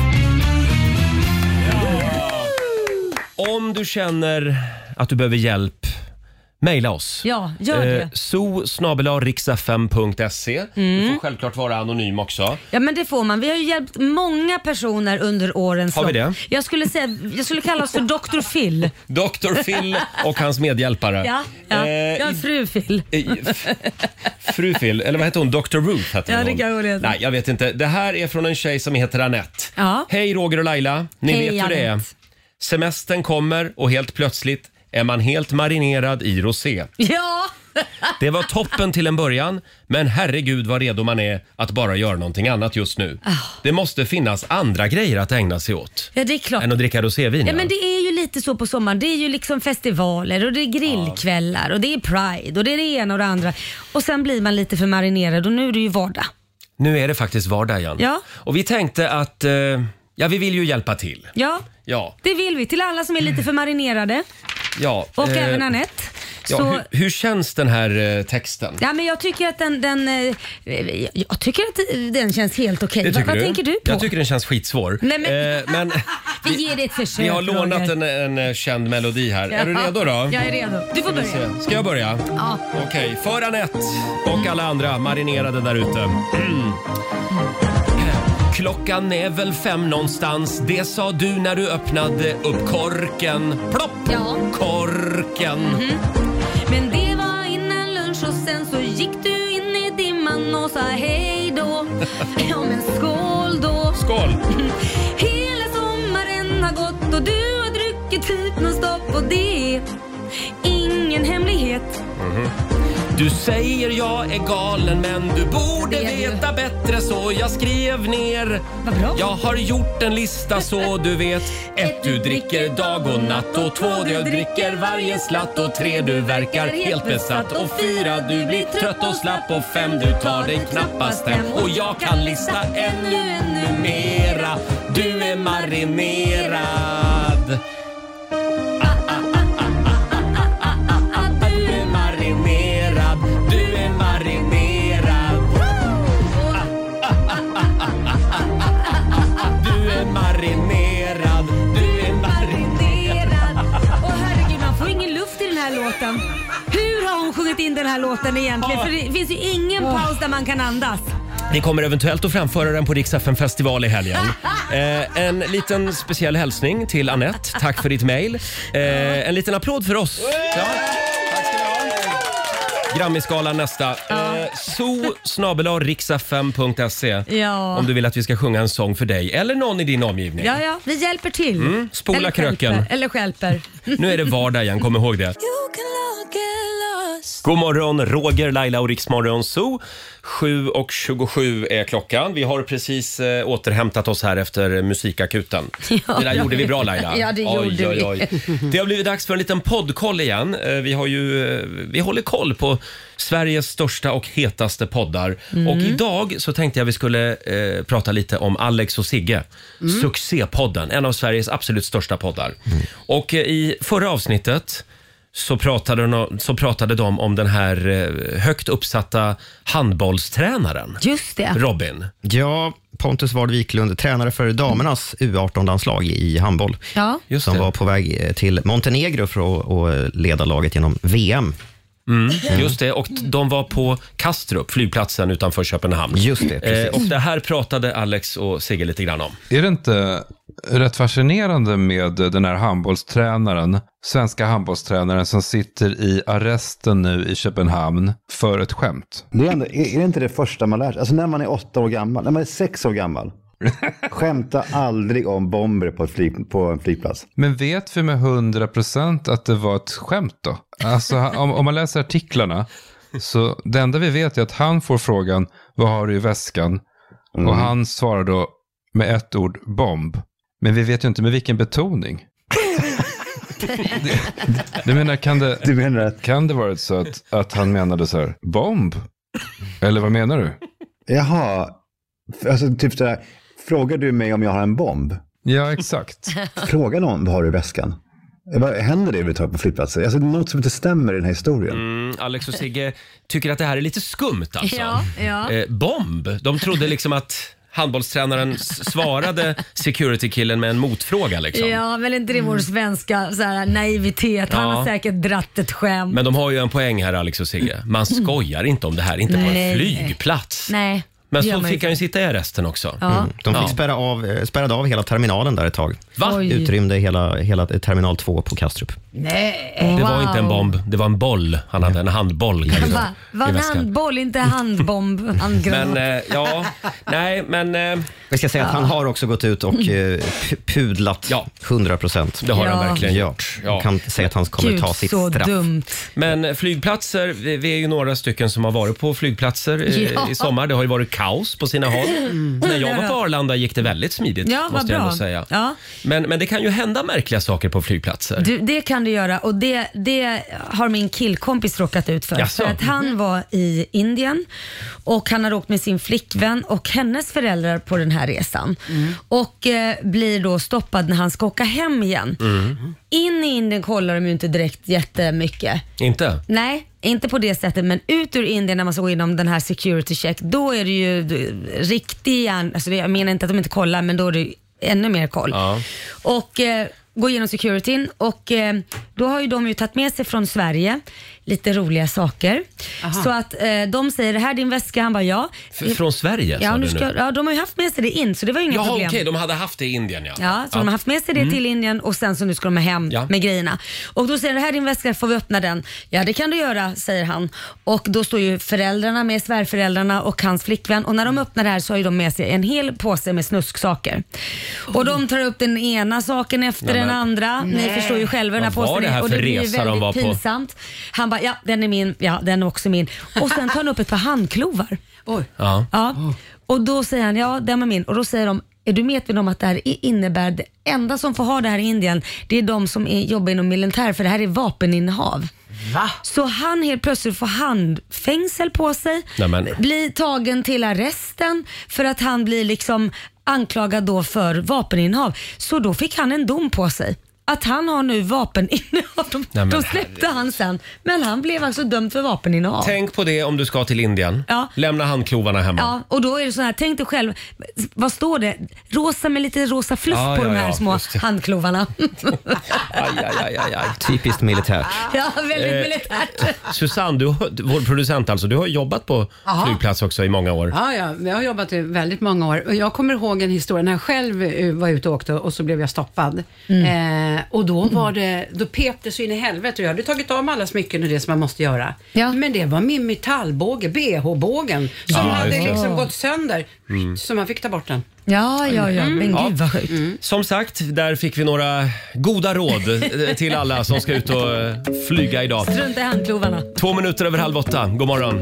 Om du känner att du behöver hjälp, mejla oss. Ja, gör det. zoo snabel-a riksfm punkt se. Du Mm. får självklart vara anonym också. Ja men det får man. Vi har ju hjälpt många personer under årens Har vi lopp. det? Jag skulle säga, jag skulle kalla oss för doktor Phil. doktor Phil och hans medhjälpare. Ja, ja. Eh, jag är fru Phil. Fru Phil, eller vad heter hon? doktor Ruth heter Ja, hon. det kan hon heta. Nej, jag vet inte. Det här är från en tjej som heter Anette. Ja. Hej Roger och Laila. Ni Hej, vet hur det är. Anette. Semestern kommer och helt plötsligt är man helt marinerad i rosé. Ja! Det var toppen till en början, men herregud vad redo man är att bara göra någonting annat just nu. Det måste finnas andra grejer att ägna sig åt Ja, det är klart. än att dricka rosévin. Ja men det är ju lite så på sommaren. Det är ju liksom festivaler och det är grillkvällar och det är Pride och det är det ena och det andra. Och sen blir man lite för marinerad och nu är det ju vardag. Nu är det faktiskt vardag igen. Ja. Och vi tänkte att, eh, ja vi vill ju hjälpa till. Ja, Ja, det vill vi. Till alla som är lite för marinerade. ja. Och eh, även Anette. Ja, Så, hur, hur känns den här eh, texten? ja, men jag tycker att den, den, eh, jag tycker att den känns helt okej. Det Vad, tycker vad du? tänker du på? Jag tycker den känns skitsvår. Nej, men- Eh, men vi ger det ett försök. vi har lånat Roger. en, en eh, känd melodi här. Är du redo då? Jag är redo. Du får Ska vi börja. se. Ska jag börja? Ja. Okej, för Anette och alla andra marinerade där ute. Mm. Klockan är väl fem någonstans. Det sa du när du öppnade upp korken. Plopp! Ja. Korken. Mhm. Men det var innan lunch och sen så gick du in i dimman och sa hej då. Ja men skål då. Skål! Hela sommaren har gått och du har druckit typ nonstop och det är ingen hemlighet. Mhm. Du säger jag är galen men du borde Det är du. veta bättre så jag skrev ner. Vad bra. Jag har gjort en lista så du vet. Ett, du dricker dag och natt och två, du dricker varje slatt och tre, du verkar helt besatt och fyra, du blir trött och slapp och fem, du tar dig knappast hem och jag kan lista ännu, ännu mera. Du är marinerad. Du är marinerad. Du är marinerad. Du är marinerad. Du är marinerad. Åh herregud, man får ingen luft i den här låten. Hur har hon sjungit in den här låten egentligen? För det finns ju ingen paus där man kan andas. Vi kommer eventuellt att framföra den på Rix F M festival i helgen. Eh, en liten speciell hälsning till Anette. Tack för ditt mejl. Eh, en liten applåd för oss. Ja. Grammisgalan nästa. Ja. Eh, so snabel-a riksfm punkt se Ja. om du vill att vi ska sjunga en sång för dig eller någon i din omgivning. Ja, ja, vi hjälper till. Mm, spola eller kröken. Hjälper, eller stjälper. Nu är det vardag igen, kom ihåg det. God morgon, Roger, Laila och Riksmorgon Zoo. sju och tjugosju är klockan. Vi har precis eh, återhämtat oss här efter musikakuten. Ja, det där gjorde vi bra, Laila. Ja, det gjorde vi. Det har blivit dags för en liten poddkoll igen. Eh, vi har ju, eh, vi håller koll på Sveriges största och hetaste poddar. Mm. Och idag så tänkte jag vi skulle eh, prata lite om Alex och Sigge. Mm. Succépodden, en av Sveriges absolut största poddar. Och eh, i förra avsnittet så pratade, de, så pratade de om den här eh, högt uppsatta handbollstränaren. Just det. Robin. Ja, Pontus Ward Wiklund, tränare för damernas U arton-landslag i handboll. Ja. Just som det. var på väg till Montenegro för att, att leda laget genom V M. Mm, just det, och de var på Kastrup, flygplatsen utanför Köpenhamn. Just det, precis. Eh, och det här pratade Alex och Sigge lite grann om. Är det inte rätt fascinerande med den här handbollstränaren, svenska handbollstränaren som sitter i arresten nu i Köpenhamn för ett skämt? Det är, ändå, är, är det inte det första man lär sig? Alltså när man är åtta år gammal, när man är sex år gammal. Skämta aldrig om bomber på, ett flyg, på en flygplats. Men vet vi med hundra procent att det var ett skämt då? Alltså om, om man läser artiklarna, så det enda vi vet är att han får frågan, vad har du i väskan? Mm. Och han svarar då med ett ord, bomb. Men vi vet ju inte med vilken betoning. Du menar, kan det, du menar att... kan det vara så att, att han menade så här, bomb? Eller vad menar du? Jaha, alltså typ så här, frågar du mig om jag har en bomb? Ja, exakt. Fråga någon, vad har du i väskan? Vad händer det vi tar på flygplatser? Alltså det är något som inte stämmer i den här historien. Mm, Alex och Sigge tycker att det här är lite skumt alltså. Ja, ja. Eh, bomb, de trodde liksom att handbollstränaren s- svarade security-killen med en motfråga liksom. Ja, väl inte det vår svenska så här, naivitet. Han Ja. har säkert dratt ett skämt. Men de har ju en poäng här, Alex och Sigge. Man skojar inte om det här, inte på en Nej. flygplats. Nej. Men det gör så man fick inte. han ju sitta i arresten också. Ja. Mm. De fick Ja. spärra av, spärrade av hela terminalen där ett tag. Va? Oj. Utrymde hela, hela terminal två på Kastrup. Nej. Det var Wow. inte en bomb, det var en boll. Han hade en handboll. Han kanske, bara, var i en väskan. handboll, inte handbomb. Handgranat. Men eh, ja, nej men eh, Vi ska säga att han har också gått ut och eh, pu- pudlat Ja. hundra procent. det har han Ja. verkligen Ja, gjort. Ja. och kan säga att han kommer Gud, ta sitt så straff. dumt. Men flygplatser, vi vi är ju några stycken som har varit på flygplatser eh, Ja. i sommar. Det har ju varit kaos på sina håll. När jag var på Arlanda gick det väldigt smidigt, Ja, vad måste jag bra. ändå säga. Ja. Men, men det kan ju hända märkliga saker på flygplatser. Du, det kan du göra och det, det har min killkompis råkat ut för. Jaså? För att han var i Indien och han har åkt med sin flickvän och hennes föräldrar på den här resan. Och eh, blir då stoppad när han ska åka hem igen. In i Indien kollar de ju inte direkt jättemycket. Inte? Nej, inte på det sättet, men ut ur Indien när man ska gå igenom den här security check, då är det ju du, riktig järn, alltså det, jag menar inte att de inte kollar, men då är det ännu mer koll. Ja. Och eh, gå igenom securityn och eh, då har ju de ju tagit med sig från Sverige lite roliga saker. Så att eh, de säger, det här är din väska, han bara ja. F- från Sverige, Ja, sa nu du ska, nu? ja, de har ju haft med sig det in, så det var ju inga Jaha, problem. okej, de hade haft det i Indien, ja. Ja, så de har haft med sig det till Indien och sen så nu ska de hem Ja. med grejerna. Och då säger det här är din väska, får vi öppna den? Ja, det kan du göra, säger han. Och då står ju föräldrarna med, svärföräldrarna och hans flickvän. Och när de öppnar det här så har ju de med sig en hel påse med snusksaker. Och de tar upp den ena saken efter Nej, den men- andra. Ni förstår ju själva den här Vad var påsen. det här och för det blir resa de väldigt var på? pinsamt. Han bara, ja den är min, ja den är också min. Och sen tar han upp ett par handklovar. Oj. Ja. Ja. Och då säger han, ja den är min. Och då säger de, är du medveten om att det här innebär, det enda som får ha det här i Indien, det är de som är, jobbar inom militär, för det här är vapeninnehav. Va? Så han helt plötsligt får handfängsel på sig, Nämen. blir tagen till arresten för att han blir liksom anklagad då för vapeninnehav. Så då fick han en dom på sig. Att han har nu vapeninnehav. De, Nej, men de släppte han sen. Men han blev alltså dömd för vapeninnehav. Tänk på det om du ska till Indien. Ja. Lämna handklovarna hemma. Ja, och då är det så här, tänk dig själv, vad står det? Rosa med lite rosa fluff Ja, på ja, de här ja, små just det. handklovarna. Aj, aj, aj, aj, aj. Typiskt militärt. Ja, väldigt Eh, militärt. Susanne, du, har- vår producent alltså, du har jobbat på Aha. flygplats också i många år. Ja, ja, jag har jobbat i väldigt många år. Och jag kommer ihåg en historia när jag själv eh, var ute och åkte och så blev jag stoppad. Eh, Eh, och då var det, då pep det så in i helvete. Jag hade tagit av alla smycken och det som man måste göra. Ja. Men det var min metallbåge, B H-bågen, som Ja, hade just det. liksom gått sönder. Mm. Så man fick ta bort den. Ja, ja, ja. Men Ja. gud vad sjukt. Som sagt, där fick vi några goda råd eh, till alla som ska ut och eh, flyga idag. Strunta i handklovarna. Två minuter över halv åtta. God morgon.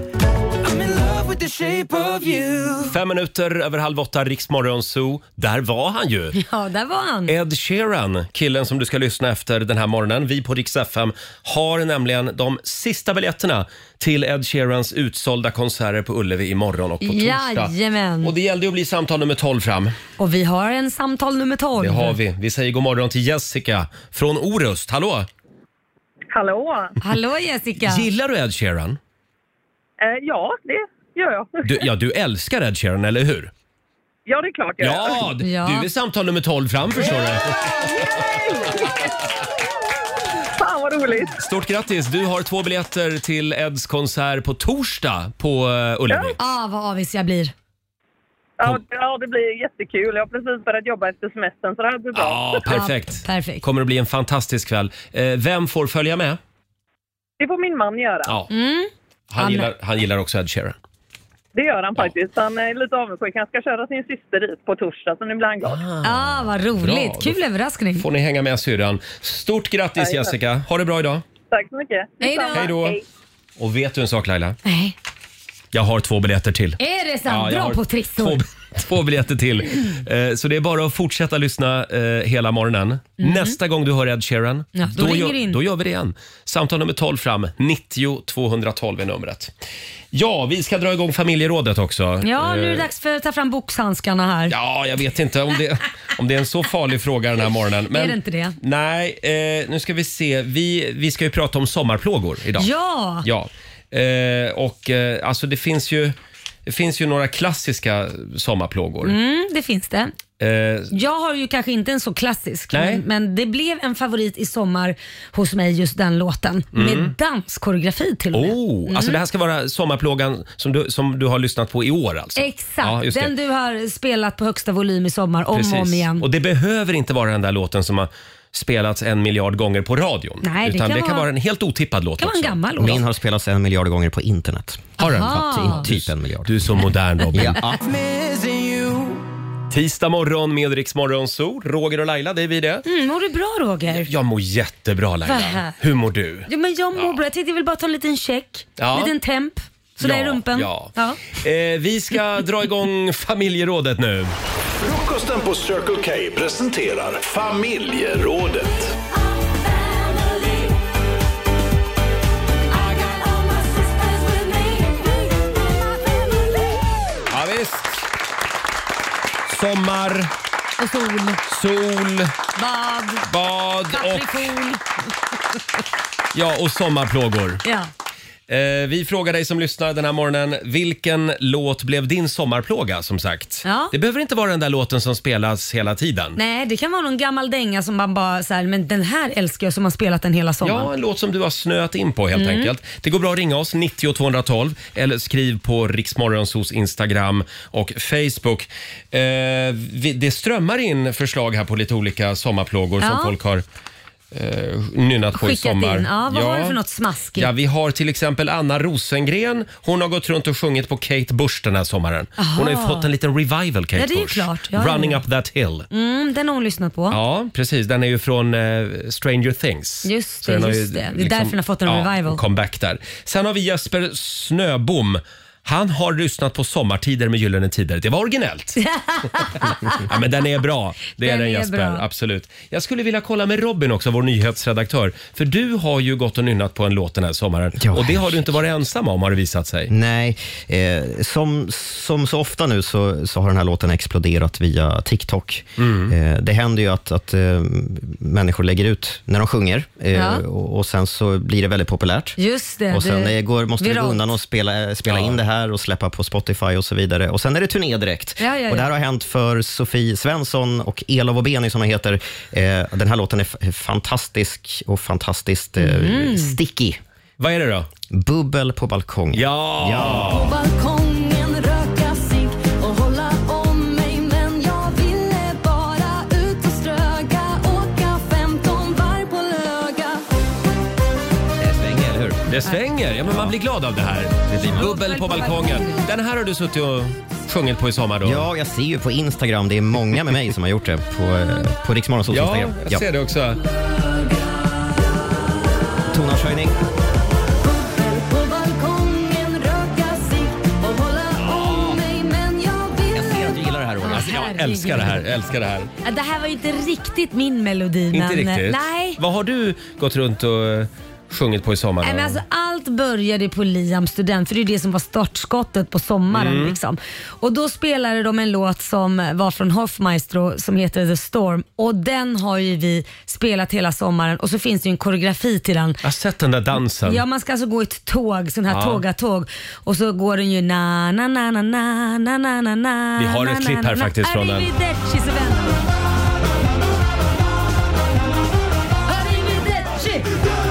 Fem minuter över halv åtta, Rix Morgon Zoo. Där var han ju. Ja, där var han. Ed Sheeran, killen som du ska lyssna efter den här morgonen. Vi på Rix F M har nämligen de sista biljetterna till Ed Sheerans utsålda konserter på Ullevi imorgon och på torsdag. Jajamän. Och det gällde att bli samtal nummer tolv fram. Och vi har en samtal nummer tolv. Det har vi. Vi säger god morgon till Jessica från Orust. Hallå! Hallå! Hallå Jessica! Gillar du Ed Sheeran? Eh, ja, det gör jag. Du, ja, du älskar Ed Sheeran, eller hur? Ja, det är klart jag Ja, gör. d- Ja. du är samtal nummer tolv fram, förstår du. Fan vad roligt. Stort grattis! Du har två biljetter till Eds konsert på torsdag på uh, Ullevi. Ah, vad avis jag blir. Ja, ja, det blir jättekul. Jag har precis börjat jobba efter semestern så det här blir bra. Ja, perfekt. Ja, perfekt. Kommer att bli en fantastisk kväll. Eh, vem får följa med? Det får min man göra. Ja. Mm. Han, gillar, han gillar också Ed Sheeran. Det gör han faktiskt. Han är lite avundsjuk. Han ska köra sin syster dit på torsdag så nu blir han glad. Ah, vad roligt. Bra. Kul överraskning. Får ni hänga med syrran. Stort grattis Ja, ja. Jessica. Ha det bra idag. Tack så mycket. Hej då. Detsamma. Hej då. Och vet du en sak Laila? Nej. Jag har två biljetter till. Är det sant? Ja, jag Bra har på trissor. Två, två biljetter till. Eh, så det är bara att fortsätta lyssna eh, hela morgonen. Nästa gång du hör Ed Sheeran, Mm. Ja, då ringer gör, du in. då gör vi det igen. Samtal nummer tolv fram. nittio tvåhundratolv är numret. Ja, vi ska dra igång familjerådet också. Ja, nu är det Eh, dags för att ta fram boxhandskarna här. Ja, jag vet inte om det, om det är en så farlig fråga den här morgonen. Men, Är det inte det? Nej, eh, nu ska vi se. Vi, vi ska ju prata om sommarplågor idag. Ja! Ja. Eh, och eh, alltså det finns ju det finns ju några klassiska sommarplågor. Mm, det finns det. Eh, Jag har ju kanske inte en så klassisk, Nej. men, men det blev en favorit i sommar hos mig, just den låten. Med danskoreografi till och med. oh, alltså det här ska vara sommarplågan som du, som du har lyssnat på i år alltså? Exakt, Ja, just det. den du har spelat på högsta volym i sommar om Precis. och om igen. Och det behöver inte vara den där låten som har spelats en miljard gånger på radion. Nej, det utan kan det kan vara- vara en helt otippad låt Det kan vara en också. gammal låt. Min har spelats en miljard gånger på internet. Har den? Aha. Ty- Typ en miljard. Du är så modern Robin. Ja. Tisdag morgon med Rix Morgon Zoo. Roger och Laila, det är vi det. Mm, mår du bra Roger? Jag mår jättebra Laila. Va? Hur mår du? Ja, men jag mår bra. Jag tänkte jag vill bara ta en liten check. Ja. En liten temp. Så där i rumpen. Ja. Ja. Eh, vi ska dra igång familjerådet nu. Frukosten på Circle K presenterar familjerådet. Ja, visst. Sommar, Och sol, sol, bad, bad och, kaprifol. ja, och sommarplågor. Ja. Eh, vi frågar dig som lyssnar den här morgonen, vilken låt blev din sommarplåga som sagt? Ja. Det behöver inte vara den där låten som spelas hela tiden. Nej, det kan vara någon gammal dänga som man bara så här, men den här älskar jag som har spelat den hela sommaren. Ja, en låt som du har snöat in på helt Mm. enkelt. Det går bra att ringa oss, nittio tvåhundratolv eller skriv på Riksmorgonsos Instagram och Facebook. Eh, vi, det strömmar in förslag här på lite olika sommarplågor Ja. som folk har eh, nynnat på i Skickat sommar. in. Ja, vad har du för något smaskigt? Ja, vi har till exempel Anna Rosengren. Hon har gått runt och sjungit på Kate Bush den här sommaren. Aha. Hon har ju fått en liten revival, Kate Ja, det är ju Bush. klart. Ja, Running ja. up that hill. Mm, den har hon lyssnat på. Ja, precis. Den är ju från eh, Stranger Things. Just Så det, den har just ju det. Det är därför den har fått en ja, revival. en comeback där. Sen har vi Jesper Snöbom. Han har lyssnat på Sommartider med Gyllene Tider. Det var originellt. Ja, men den är bra. Det är Den den är Jesper, bra. absolut. Jag skulle vilja kolla med Robin också, vår nyhetsredaktör. För du har ju gått och nynnat på en låt den här sommaren. Ja. Och det har du inte varit ensam om, har det visat sig. Nej, eh, som, som så ofta nu så, så har den här låten exploderat via TikTok. Mm. Eh, det händer ju att, att eh, människor lägger ut när de sjunger eh, Ja. och, och sen så blir det väldigt populärt. Just det. Och sen det det går, måste vi gå viralt. undan och spela, spela in det här och släppa på Spotify och så vidare. Och sen är det turné direkt. Ja, ja, ja. Och det här har hänt för Sofie Svensson och Elof och Beni som hon heter. Eh, den här låten är f- fantastisk och fantastiskt eh, Mm. sticky. Vad är det då? Bubbel på balkong. Ja! Ja. På balkongen röka cigg och hålla om mig, men jag ville bara ut och ströga, åka femton Det svänger. Ja, men man blir glad av det här. Det blir bubbel på balkongen. Den här har du suttit och sjungit på i sommar då? Ja, jag ser ju på Instagram. Det är många med mig som har gjort det på, på Rix Morgonzoos ja, Instagram. Ja, jag ser det också. Tonartshöjning. Jag älskar det här, älskar det här. Det här var ju inte riktigt min melodi. Inte men, riktigt? Nej. Vad har du gått runt och sjungit på i sommar? Nej, men alltså, allt började på Liam student, för det är det som var startskottet på sommaren. Mm. Liksom. Och då spelade de en låt som var från Hofmaestro som heter The Storm, och den har ju vi spelat hela sommaren, och så finns det ju en koreografi till den. Jag har sett den där dansen. Ja, man ska alltså gå i ett tåg, sån här Ja. tåga-tåg, och så går den ju na na na na na na na na na. Vi har ett na, klipp na, här na, faktiskt från den. Arrivederci, så vänder vi. Arrivederci.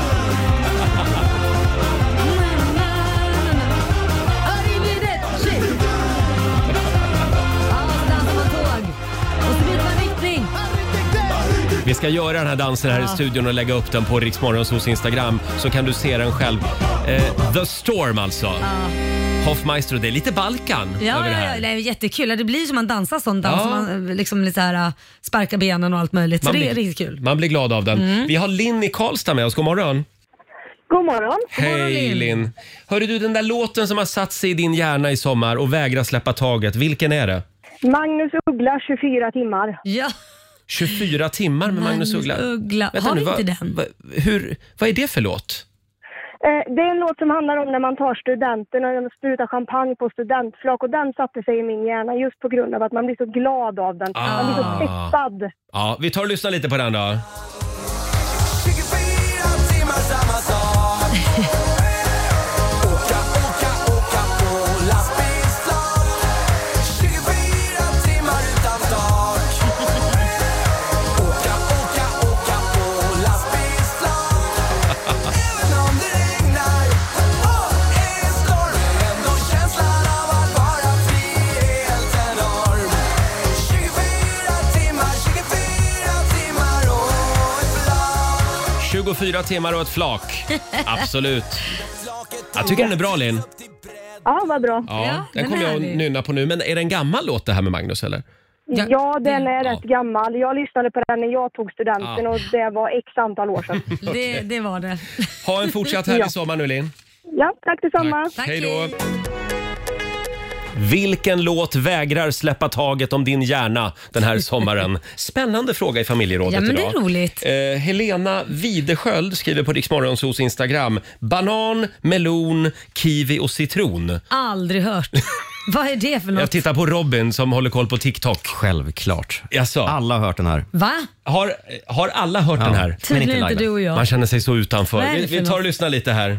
Vi ska göra den här dansen här i studion och lägga upp den på Rix Morgonzoos Instagram, så kan du se den själv. Eh, The Storm alltså. Ja. Hofmaestro, det är lite Balkan Ja, över det ja, här. ja, det är jättekul. Det blir som man dansar sån dans, Ja. man liksom lite så här, sparkar benen och allt möjligt. Så Man det är blir- riktigt kul. Man blir glad av den. Mm. Vi har Linn i Karlstad med oss. God morgon. God morgon. Hej Linn. Hörru du, den där låten som har satt sig i din hjärna i sommar och vägrar släppa taget, vilken är det? Magnus Uggla, tjugofyra timmar. Ja. tjugofyra timmar med Magnus Uggla. Uggla. Vänta Har nu, vi vad- inte den? vad- hur, vad är det för låt? Eh, det är en låt som handlar om när man tar studenten och sprutar champagne på studentflak, och den satte sig i min hjärna just på grund av att man blir så glad av den. Man blir så Ah. peppad. Ja, vi tar och lyssnar lite på den då. tjugofyra timmar och ett flak. Absolut. Jag tycker den är bra, Linn. Ja, vad bra. Ja, den kommer jag att nynna på nu. Men är det en gammal låt det här med Magnus, eller? Ja, den är rätt gammal. Jag lyssnade på den när jag tog studenten Ja. och det var x antal år sedan. Det, det var det. Ha en fortsatt härlig Ja. sommar nu, Linn. Ja, tack detsamma. Tack. Hej då. Vilken låt vägrar släppa taget om din hjärna den här sommaren? Spännande fråga i familjerådet Ja, men det idag. är roligt. Eh, Helena Widesköld skriver på Rix Morgonzoos Instagram: banan, melon, kiwi och citron. Aldrig hört. Vad är det för något? Jag tittar på Robin som håller koll på TikTok. Självklart. Jaså? Alla har hört den här. Va? Har, har alla hört Ja, den här? men Tydligen inte inte Laila. du och jag. Man känner sig så utanför. Vad är det Vi, för vi tar och något? lyssnar lite här.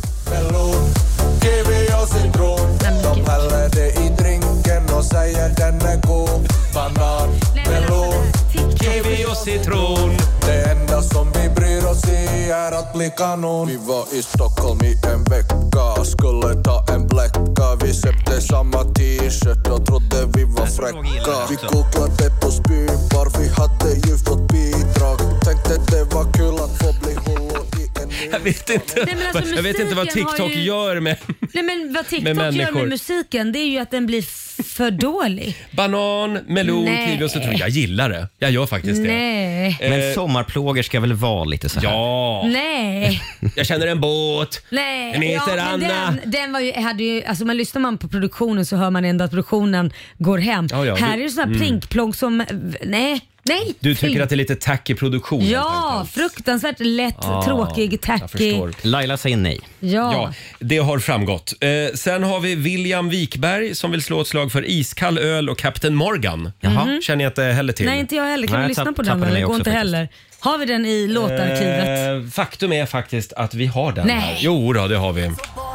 Kiwi och citron. De häller det i drinken och säger den är god. Banan, melon, kiwi och citron. Det enda som vi bryr oss i är att bli kanon. Vi var i Stockholm i en vecka, skulle ta en bläcka. Vi köpte samma t-shirt och trodde vi var fräcka. Vi googlade på spybar, vi hade ju fått bidrag. Tänkte det var kul att få bli hullo i en... Jag vet inte, Nej, men alltså, jag vet inte vad musiken har TikTok ju- gör med, Nej, men vad TikTok med gör människor. med musiken, det är ju att den blir f- för dålig. Banan, melon, Nej. kiwi och citron. Jag gillar det. Jag gör faktiskt det. Nej. Eh, Men sommarplågor ska väl vara lite så här? Ja. Nej. Jag känner en båt. Nej. Den heter men Anna. Den, den var ju, hade ju, alltså man lyssnar man på produktionen så hör man ändå att produktionen går hem. Ja, ja, här du- är det såna här mm. plinkplonk som, nej, nej. Du tycker fy. att det är lite tacky produktion? Ja, fruktansvärt lätt, Ah, tråkig, jag tacky. förstår. Laila säger nej. Ja. Ja, det har framgått. Eh, sen har vi William Wikberg som vill slå ett slag för iskall öl och Captain Morgan. Jaha. Mhm. Känner jag inte heller till. Nej, inte jag heller. Kan Nej, vi lyssna tapp- på den? tappade Eller? mig Går också inte faktiskt. heller. Har vi den i låtarkivet? Eh, faktum är faktiskt att vi har den Nej. här. Jo då, det har vi.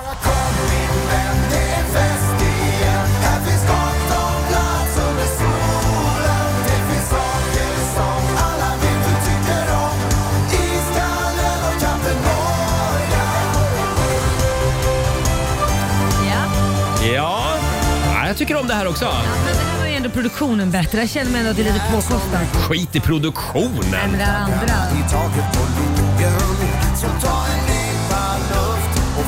Ja. Ja, ja jag tycker om det här också. Men det här var ju ändå produktionen bättre. Jag känner mig ändå att det är lite påkostat. Skit i produktionen. Nej, men det här andra. I taget på logen, så ta en nypa luft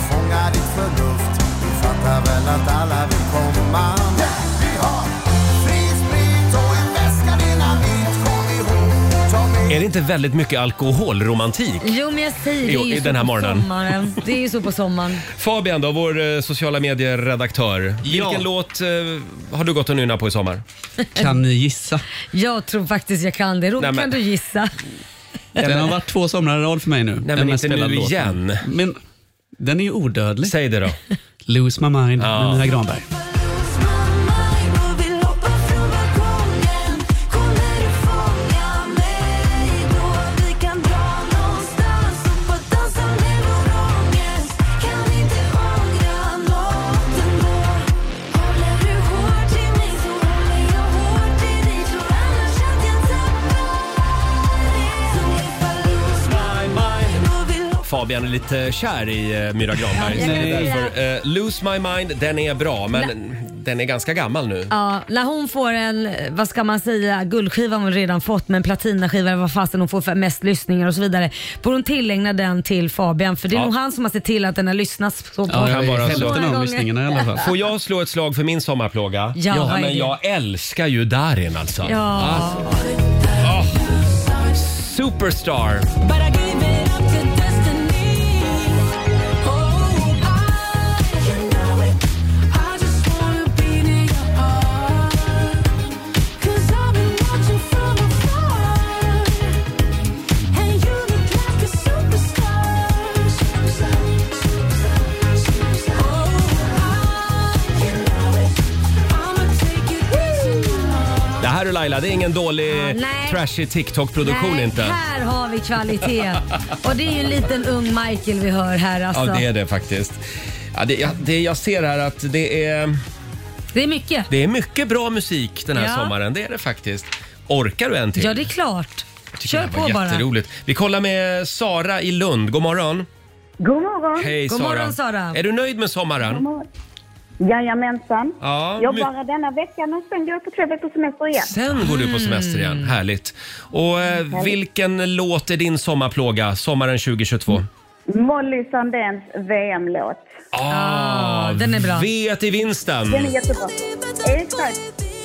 Är det inte väldigt mycket alkoholromantik? Jo, men jag säger det Jo, är ju i så den här på morgonen. sommaren. Det är ju så på sommaren. Fabian då, vår eh, sociala medieredaktör. Ja. Vilken låt eh, har du gått och nynna på i sommar? Kan ni gissa? Jag tror faktiskt jag kan det. Roger, Nej, men- kan du gissa? Den har varit två somrar i rad för mig nu. Nej, men Den mest inte nu spelade låten. igen. Men den är ju odödlig. Säg det då. Lose My Mind Ja. med Mira Granberg. Fabian är lite kär i uh, Myra Granberg. Ja, Det jag är vet. därför, uh, Lose My Mind, den är bra, men den är ganska gammal nu. Ja, när hon får en, vad ska man säga, guldskiva har hon redan fått, men platinaskiva eller vad fasen hon får för mest lyssningar och så vidare. Får hon tillägna den till Fabian, för det är Ja. nog han som har sett till att den har lyssnats så på. Ja, jag kan vara är så. hälften av lyssningarna i alla fall. Får jag slå ett slag för min sommarplåga? Ja, vad är men det? jag älskar ju Darin alltså. Ja. Ah. Oh. Superstar. Det här är Laila, det är ingen dålig nej. trashy TikTok-produktion Nej, inte. här har vi kvalitet. Och det är ju en liten ung Michael vi hör här alltså. Ja, det är det faktiskt. Ja, det, jag, det, jag ser här att det är, Det är mycket. det är mycket bra musik den här Ja. sommaren. Det är det faktiskt. Orkar du en till? Ja, det är klart. Kör Det var på bara. jätteroligt. Vi kollar med Sara i Lund. God morgon. God morgon. Hej God Sara. morgon, Sara. Är du nöjd med sommaren? Jajamensan. Ja, Jag my- bara denna veckan och sen går jag på tre veckors semester igen. Sen går du på semester igen. Mm. Härligt. Och eh, vilken låt är din sommarplåga sommaren tjugohundratjugotvå? Molly Sandéns V M-låt. Ah, den är bra. Vet i vinsten. Den är jättebra. Exakt.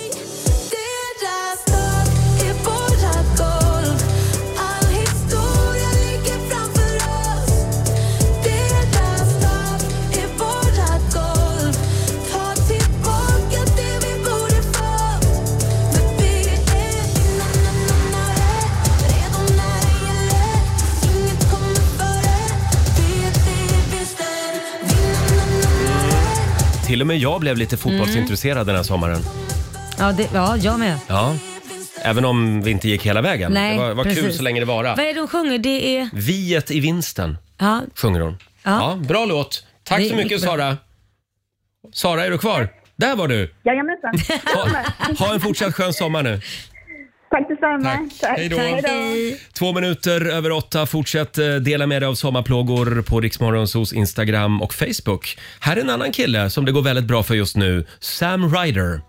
Till och med jag blev lite fotbollsintresserad den här sommaren. Ja, det, ja, jag med. Ja. Även om vi inte gick hela vägen. Nej, det var, var kul precis. så länge det var. Vad är det hon sjunger? Det är... Viet i vinsten Ja, sjunger hon. Ja. Ja. Bra låt. Tack Det är så mycket mycket bra. Sara. Sara, är du kvar? Där var du. Jajamensan. Ha, ha en fortsatt skön sommar nu. Tack detsamma. Tack. Hej då. hej. Två minuter över åtta. Fortsätt eh, dela med dig av sommarplågor på Riksmorgonsos Instagram och Facebook. Här är en annan kille som det går väldigt bra för just nu. Sam Ryder.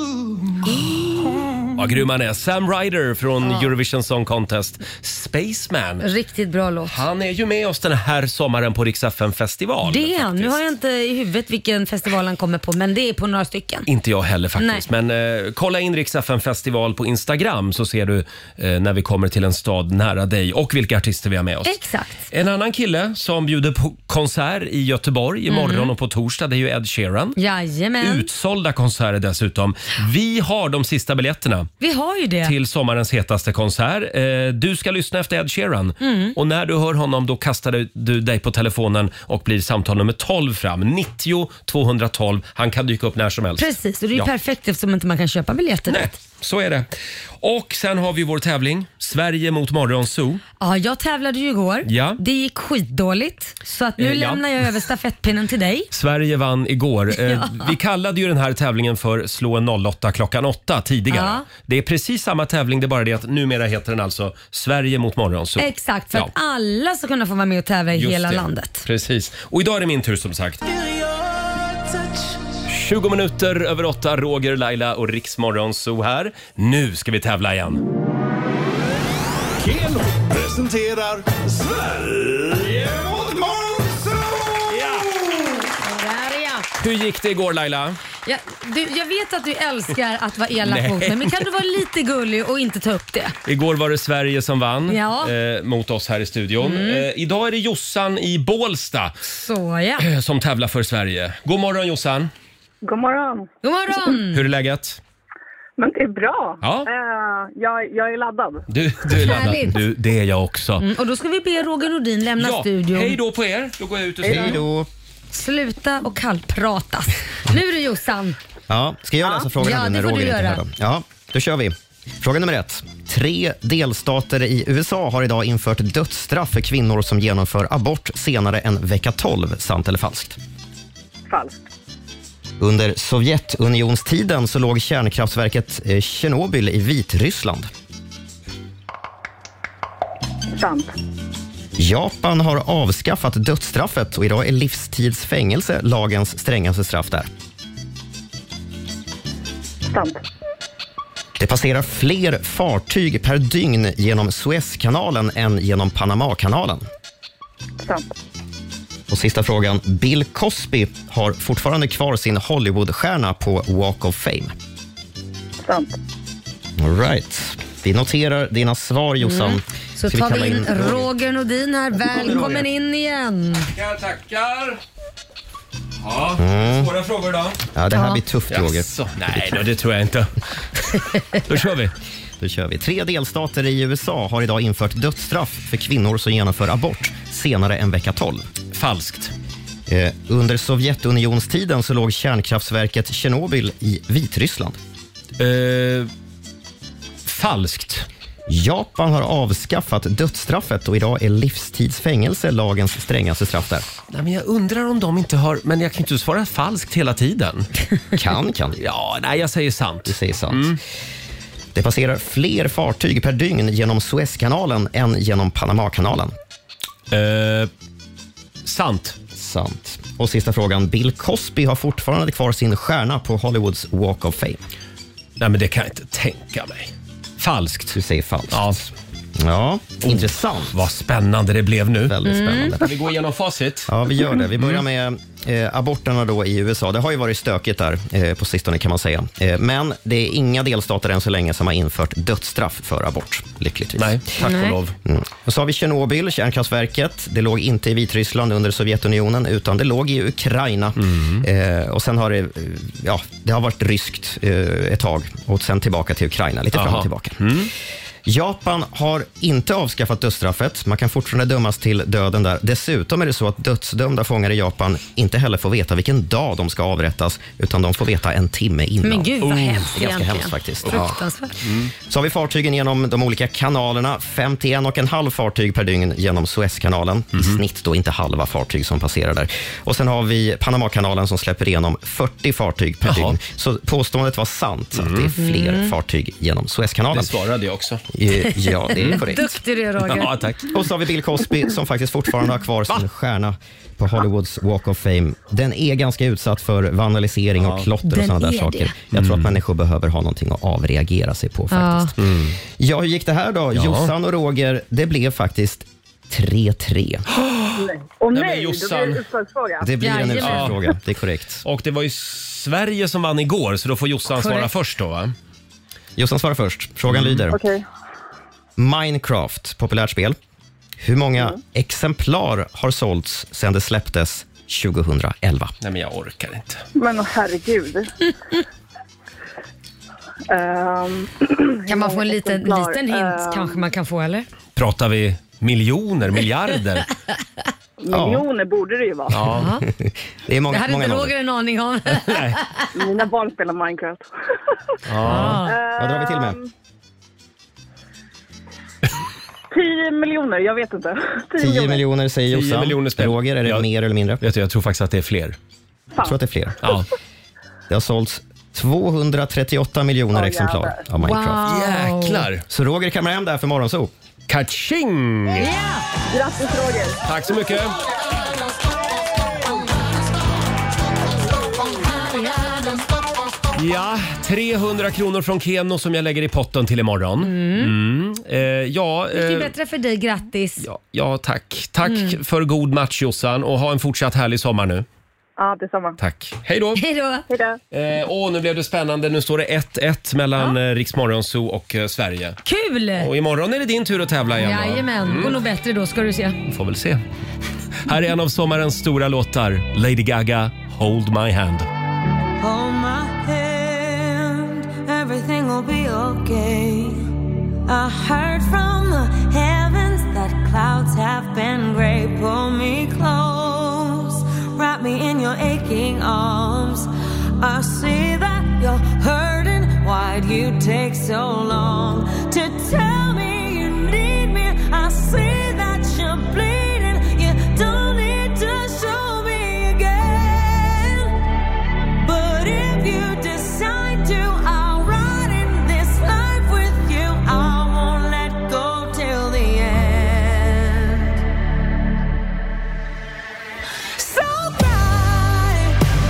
Vad grym han är. Sam Ryder från Ja. Eurovision Song Contest. Spaceman. Riktigt bra låt. Han är ju med oss den här sommaren på Rix F M festival. Det är han. Nu har jag inte i huvudet vilken festival han kommer på, men det är på några stycken. Inte jag heller faktiskt. Men eh, kolla in Rix F M festival på Instagram så ser du eh, när vi kommer till en stad nära dig och vilka artister vi har med oss. Exakt. En annan kille som bjuder på konsert i Göteborg imorgon Mm. och på torsdag, det är ju Ed Sheeran. Jajamän. Utsålda konserter dessutom. Vi har de sista biljetterna Vi har ju det. till sommarens hetaste konsert. Eh, Du ska lyssna efter Ed Sheeran. Mm. Och när du hör honom då kastar du- du dig på telefonen och blir samtal nummer tolv fram. nittio tvåhundratolv. Han kan dyka upp när som helst. Precis, och det är ju Ja. perfekt eftersom inte man kan köpa biljetter. Nej, så är det. Och sen har vi vår tävling. Sverige mot Morgonzoo. Ja, jag tävlade ju igår. Ja. Det gick skitdåligt. Så att nu Eh, ja. lämnar jag över stafettpinnen till dig. Sverige vann igår. Eh, Ja. Vi kallade ju den här tävlingen för Slå en noll åtta klockan åtta tidigare. Ja. Det är precis samma tävling, det är bara det att numera heter den alltså Sverige mot Morgonzoo. Exakt, för Ja. att alla ska kunna få vara med och tävla i Just hela det. landet. Precis. Och idag är det min tur som sagt. tjugo minuter över åtta, Roger, Laila och Rix Morgonzoo här. Nu ska vi tävla igen. Keno presenterar Sverige mot Morgonzoo! Ja. Där är jag. Hur gick det igår, Laila? Ja, du, jag vet att du älskar att vara elak Nej. mot mig, men kan du vara lite gullig och inte ta upp det? Igår var det Sverige som vann Ja. eh, mot oss här i studion. Mm. Eh, idag är det Jossan i Bålsta Så ja. eh, som tävlar för Sverige. God morgon, Jossan. God morgon. God morgon. Hur är läget? Men det är bra. Ja. Eh, jag, jag är laddad. Du, du är laddad. Härligt. Du, det är jag också. Mm, och då ska vi be Roger Nordin lämna Ja, studion. hej då på er. Då går jag ut och Hej då. Sluta och kallpratas. Nu är det Jossan. Ja, ska jag läsa Ja. frågan Ja, nu när det får Roger du inte är göra. här då? Ja, då kör vi. Fråga nummer ett. Tre delstater i U S A har idag infört dödsstraff för kvinnor som genomför abort senare än vecka tolv. Sant eller falskt? Falskt. Under Sovjetunionstiden så låg kärnkraftverket eh, Tjernobyl i Vitryssland. Sant. Japan har avskaffat dödsstraffet och idag är livstidsfängelse lagens strängaste straff där. Sant. Det passerar fler fartyg per dygn genom Suezkanalen än genom Panamakanalen. Sant. Och sista frågan. Bill Cosby har fortfarande kvar sin Hollywoodstjärna på Walk of Fame. Sant. All right. Vi noterar dina svar, Jossan. Mm. Så Ska tar vi kalla in Roger Nordin här. Välkommen in igen. Tackar, tackar. Ja, Mm. svåra frågor då. Ja, det här Ja. blir tufft, Roger. Jaså, nej, då, det tror jag inte. Då kör vi. Då kör vi. Tre delstater i U S A har idag infört dödsstraff för kvinnor som genomför abort senare än vecka tolv. Falskt. Eh, under Sovjetunionstiden så låg kärnkraftverket Tjernobyl i Vitryssland. Eh, falskt. Japan har avskaffat dödsstraffet och idag är livstidsfängelse lagens strängaste straff där. Nej, men jag undrar om de inte har... Men jag kan inte svara falskt hela tiden. Kan, kan. Ja, nej, jag säger sant. Du säger sant. Det passerar fler fartyg per dygn genom Suezkanalen än genom Panamakanalen. Eh, sant. Sant. Och sista frågan. Bill Cosby har fortfarande kvar sin stjärna på Hollywoods Walk of Fame. Nej, men det kan jag inte tänka mig. Falskt. Du säger falskt. Ja. Ja, intressant. Vad spännande det blev nu. Väldigt spännande. Kan vi gå igenom facit? Ja, vi gör det. Vi börjar med eh, aborterna då i U S A. Det har ju varit stökigt där eh, på sistone kan man säga. Eh, men det är inga delstater än så länge som har infört dödsstraff för abort, lyckligtvis. Nej, tack och lov. Mm. Och så har vi Tjernobyl, kärnkraftverket. Det låg inte i Vitryssland under Sovjetunionen utan det låg i Ukraina. Eh, och sen har det, eh, ja, det har varit ryskt eh, ett tag och sen tillbaka till Ukraina, lite fram Aha. och tillbaka. Japan har inte avskaffat dödsstraffet. Man kan fortfarande dömas till döden där. Dessutom är det så att dödsdömda fångar i Japan inte heller får veta vilken dag de ska avrättas, utan de får veta en timme innan. Men gud vad hemskt Ganska egentligen. hemskt faktiskt. Ja. Fruktansvärt. Så har vi fartygen genom de olika kanalerna. femtioen och en halv fartyg per dygn genom Suezkanalen. I snitt då, inte halva fartyg som passerar där. Och sen har vi Panamakanalen som släpper igenom fyrtio fartyg per Jaha. dygn. Så påståendet var sant, att det är fler Mm. fartyg genom Suezkanalen. Det svarade jag också. Eh, Ja, det är korrekt. Duktig du är, Roger. Ja, tack. Och så har vi Bill Cosby som faktiskt fortfarande har kvar sin stjärna på Hollywoods Walk of Fame. Den är ganska utsatt för vandalisering och klotter och Den sådana där är saker. det. Jag tror att människor behöver ha någonting att avreagera sig på faktiskt. Ja. Ja, hur gick det här då? Ja. Jossan och Roger, det blev faktiskt tre tre. Och Nej, nej, men då Jossan. blir det utslagsfråga. Det blir en Jajamän. utslagsfråga, det är korrekt. Och det var ju Sverige som vann igår, så då får Jossan svara Korrekt. först då, va? Jossan svarar först. Frågan lyder. Okej. Minecraft, populärt spel. Hur många exemplar har sålts sedan det släpptes tjugohundraelva? Nej, men jag orkar inte. Men herregud. Ehm, Kan man få en liten, exemplar? liten hint Ehm, kanske man kan få, eller? Pratar vi miljoner, miljarder? Miljoner borde det ju vara. Ja. Det är många, Det hade många inte nollor. Roger en aning om. Nej. Mina barn spelar Minecraft. Ja. Vad drar vi till med? Ehm, tio miljoner, jag vet inte. tio miljoner säger tio Jossan. miljoner spänn. Roger, är det Ja. mer eller mindre? Vet du, jag tror faktiskt att det är fler. Jag tror att det är fler. Ja. Det har sålts tvåhundratrettioåtta miljoner Åh, exemplar jävlar. av Minecraft. Wow. Jäklar! Så Roger kammar hem där för morgonzoo. Kaching! Grattis Roger. Tack så mycket. Ja, trehundra kronor från Keno som jag lägger i potten till imorgon. Mm. Eh, ja, Det är eh, bättre för dig, grattis. ja, ja, tack. Tack för god match, Jossan, och ha en fortsatt härlig sommar nu. Ja, detsamma. Tack. Hej då. Hej då. Hej då. Eh, åh, nu blev det spännande. Nu står det ett ett mellan ja. Rix Morgon Zoo och eh, Sverige. Kul! Och imorgon är det din tur att tävla igen. Jajamän, mm. går nog bättre då ska du se. Får väl se. Här är en av sommarens stora låtar. Lady Gaga, Hold My Hand. Hold my hand, everything will be okay. I heard from the heavens that clouds have been gray. Pull me close, wrap me in your aching arms. I see that you're hurting, why'd you take so long to tell me you need me? I see that you're bleeding, you don't need to show me again. But if you decide to, I'll ride in this life with you. I won't let go till the end. So cry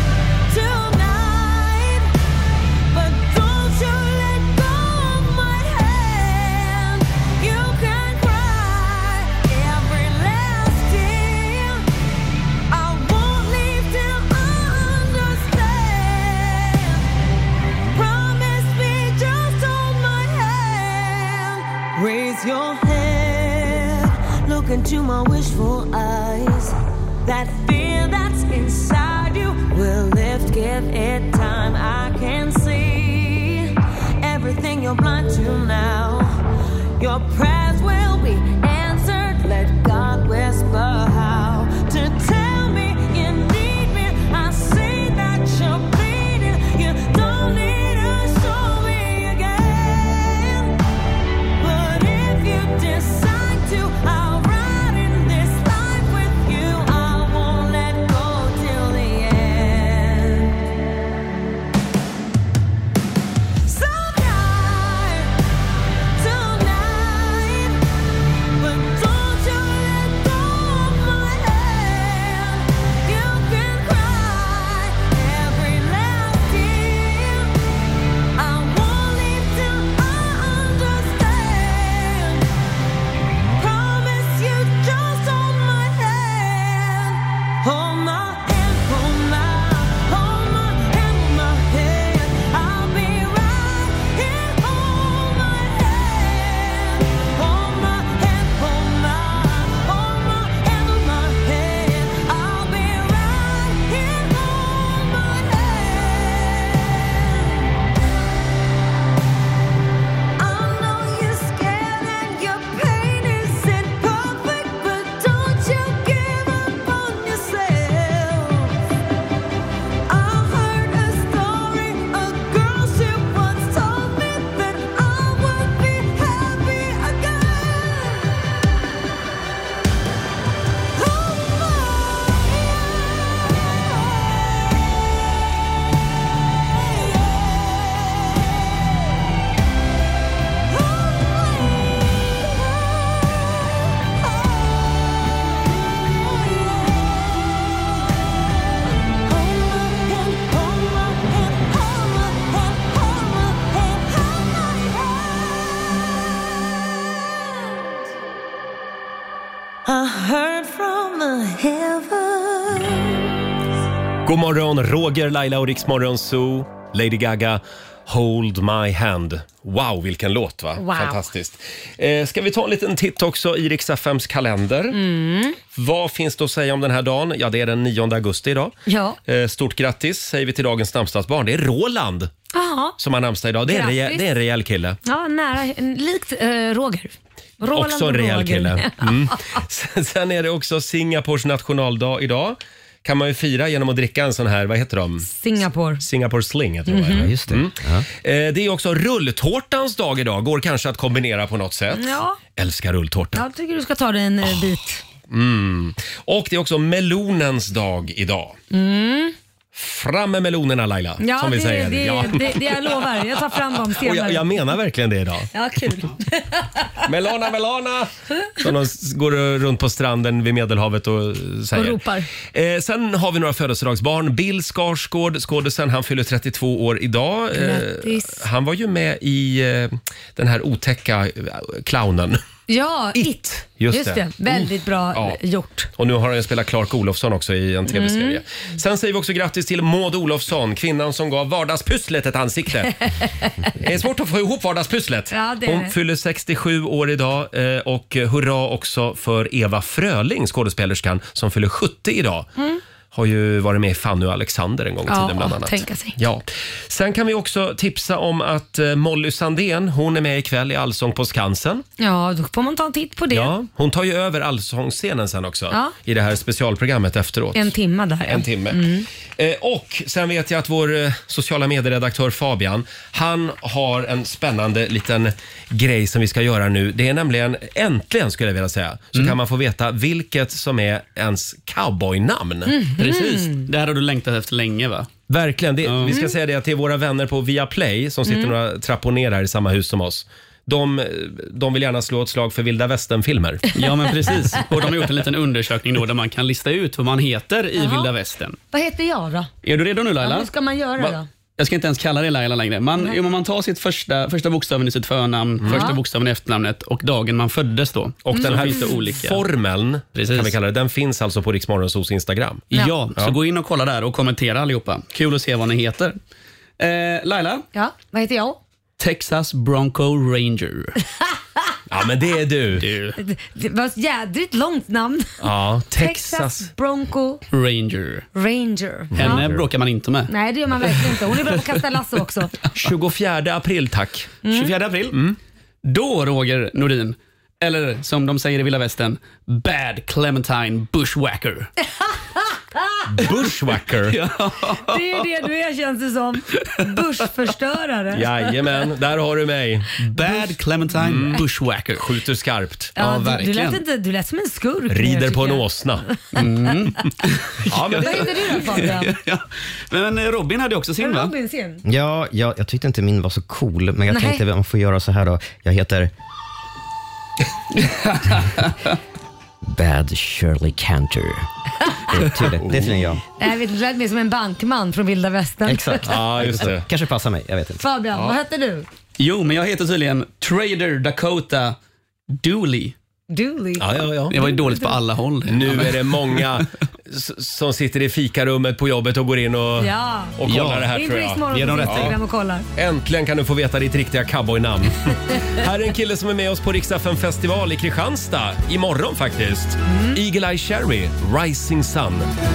tonight, but don't you let go of my hand. You can cry every last tear. I won't leave till I understand. Promise me, just hold my hand. Raise your head, look into my wishful eyes. That fear that's inside you will lift, give it time. I can see everything you're blind to now. Your prayers will be answered. Let God whisper how to tell me you need me. I see that you're bleeding. You don't need to show me again. But if you decide to, I'll ride in this life with you. I won't let go till the end. So cry tonight, but don't you let go of my hand. You can cry every last tear. I won't leave till I understand. Promise you, just hold my hand. Hold my hand, hold my, hold my hand, hold my hand. I'll be right here. Hold my hand, hold my hand, hold my, hold my hand, hold my hand. I'll be right here. Hold my hand. I know you're scared and your pain isn't perfect, but don't you give up on yourself. I heard a story, a girl she once told me that I would be happy again. Hold my I heard from the heavens. God morgon, Roger, Laila och Rix Morgon Zoo. Lady Gaga, Hold My Hand. Wow, vilken låt va? Wow. Fantastiskt. Eh, ska vi ta en liten titt också i Rix F M:s kalender? Mm. Vad finns det att säga om den här dagen? Ja, det är den nionde augusti idag. Ja. Eh, stort grattis säger vi till dagens namnsdagsbarn. Det är Roland Jaha. som har namnsdag idag. Det är, en rejäl, Grattis. det är en rejäl kille. Ja, nära. Likt eh, Roger. Roland Också en och rejäl Roger. kille. Mm. Sen, sen är det också Singapores nationaldag idag. Kan man ju fira genom att dricka en sån här, vad heter de? Singapore. Singapore Sling heter det, Mhm. va? Just det. Mm. Eh, det är också rulltårtans dag idag. Går kanske att kombinera på något sätt. Ja, Älskar rulltårta. jag tycker du ska ta dig en eh, bit. Mm. Och det är också melonens dag idag. Mm. Fram med melonerna Laila, Ja, som vi det, säger. det, ja. det, det jag lovar. Jag tar fram dem Och senare. jag, jag menar verkligen det idag. Ja, kul. Melana, Melana! Som de s- går runt på stranden vid Medelhavet och säger. Och ropar. Eh, sen har vi några födelsedagsbarn. Bill Skarsgård, skådisen, han fyller trettiotvå år idag. Eh, Grattis. han var ju med i eh, den här otäcka eh, clownen. Ja, It. It. Just, Just det. det. Väldigt bra Ja. gjort. Och nu har han spelat Clark Olofsson också i en tv-serie. Mm. Sen säger vi också grattis till Maud Olofsson, kvinnan som gav vardagspusslet ett ansikte. Det är svårt att få ihop vardagspusslet. Ja, det är Hon det. fyller sextiosju år idag eh, och hurra också för Eva Fröling, skådespelerskan, som fyller sjuttio idag. Mm. Har ju varit med i Fanny och Alexander en gång i Ja, tiden bland annat. tänka sig. Ja. Sen kan vi också tipsa om att eh, Molly Sandén, hon är med ikväll i Allsång på Skansen. Ja, då får man ta en titt på det. Ja, hon tar ju över allsångsscenen sen också Ja. i det här specialprogrammet efteråt. En timma där. Ja. En timme. Mm. Eh, och sen vet jag att vår eh, sociala medieredaktör Fabian, han har en spännande liten grej som vi ska göra nu. Det är nämligen, äntligen skulle jag vilja säga, så Mm. kan man få veta vilket som är ens cowboynamn. Mm. Precis. Det här har du längtat efter länge, va? Verkligen. Det, Ja. Vi ska säga det till våra vänner på Viaplay som sitter Mm. några trappor ner här i samma hus som oss. De, de vill gärna slå ett slag för vilda västern-filmer. Ja, men precis. Och de har gjort en liten undersökning då där man kan lista ut vad man heter i Jaha. vilda västern. Vad heter jag då? Är du redo nu, Laila? Ja, hur ska man göra Va- då? Jag ska inte ens kalla det Laila längre. Man, Nej. jo, men man tar sitt första, första bokstaven i sitt förnamn, Mm. första Ja. bokstaven i efternamnet och dagen man föddes då. Och Så den här finns det olika. formeln, Precis. kan vi kalla det, den finns alltså på Rix Morgonzoos Instagram. Ja, så gå in och kolla där och kommentera allihopa. Kul att se vad ni heter. Eh, Laila? Ja, vad heter jag? Texas Bronco Ranger. Ja, men det är du. du. Det- Det var ett jädrigt långt namn. Ja, Texas. Bronco Ranger. Ranger. Henne Ja. bråkar man inte med. Nej, det gör man verkligen inte. Hon är bra på att kasta lasso också. tjugofjärde april, tack. Mm. tjugofjärde april. Då, Roger Nordin, eller som de säger i vilda västern, Bad Clementine Bushwhacker. Bushwhacker? Ja. Det är det du är, känns det som. Bushförstörare. Jajamän, där har du mig. Bad Clementine Bushwhacker. Skjuter skarpt. Ja, du, du, lät inte, du lät som en skurk. nu, Rider tycker på en jag. åsna. Mm. Ja, men Vad heter du då, Fabian? ja. Men Robin hade också sin, va? Robin sin. Ja, jag, jag tyckte inte min var så cool, men jag Nej. tänkte att man får göra så här då. Jag heter... Bad Shirley Cantor. Det är tydligen, det är tydligen jag. Jag vet, du lät mer som en bankman från vilda västern. Exakt. Ja, just det. Kanske passar mig, jag vet inte. Fabian, vad heter du? Jo, men jag heter tydligen Trader Dakota Dooley. Dooley. Ja, ja, ja. Det var ju dåligt på alla håll. Nu är det många s- som sitter i fikarummet på jobbet och går in och, Ja. och kollar Ja. det här, In på tror Rix jag. Morgon Ge dem på rätt. Instagram och kollar. Äntligen kan du få veta ditt riktiga cowboynamn. Här är en kille som är med oss på Rix F M festival i Kristianstad. Imorgon faktiskt. Eagle Eye Cherry, Rising Sun.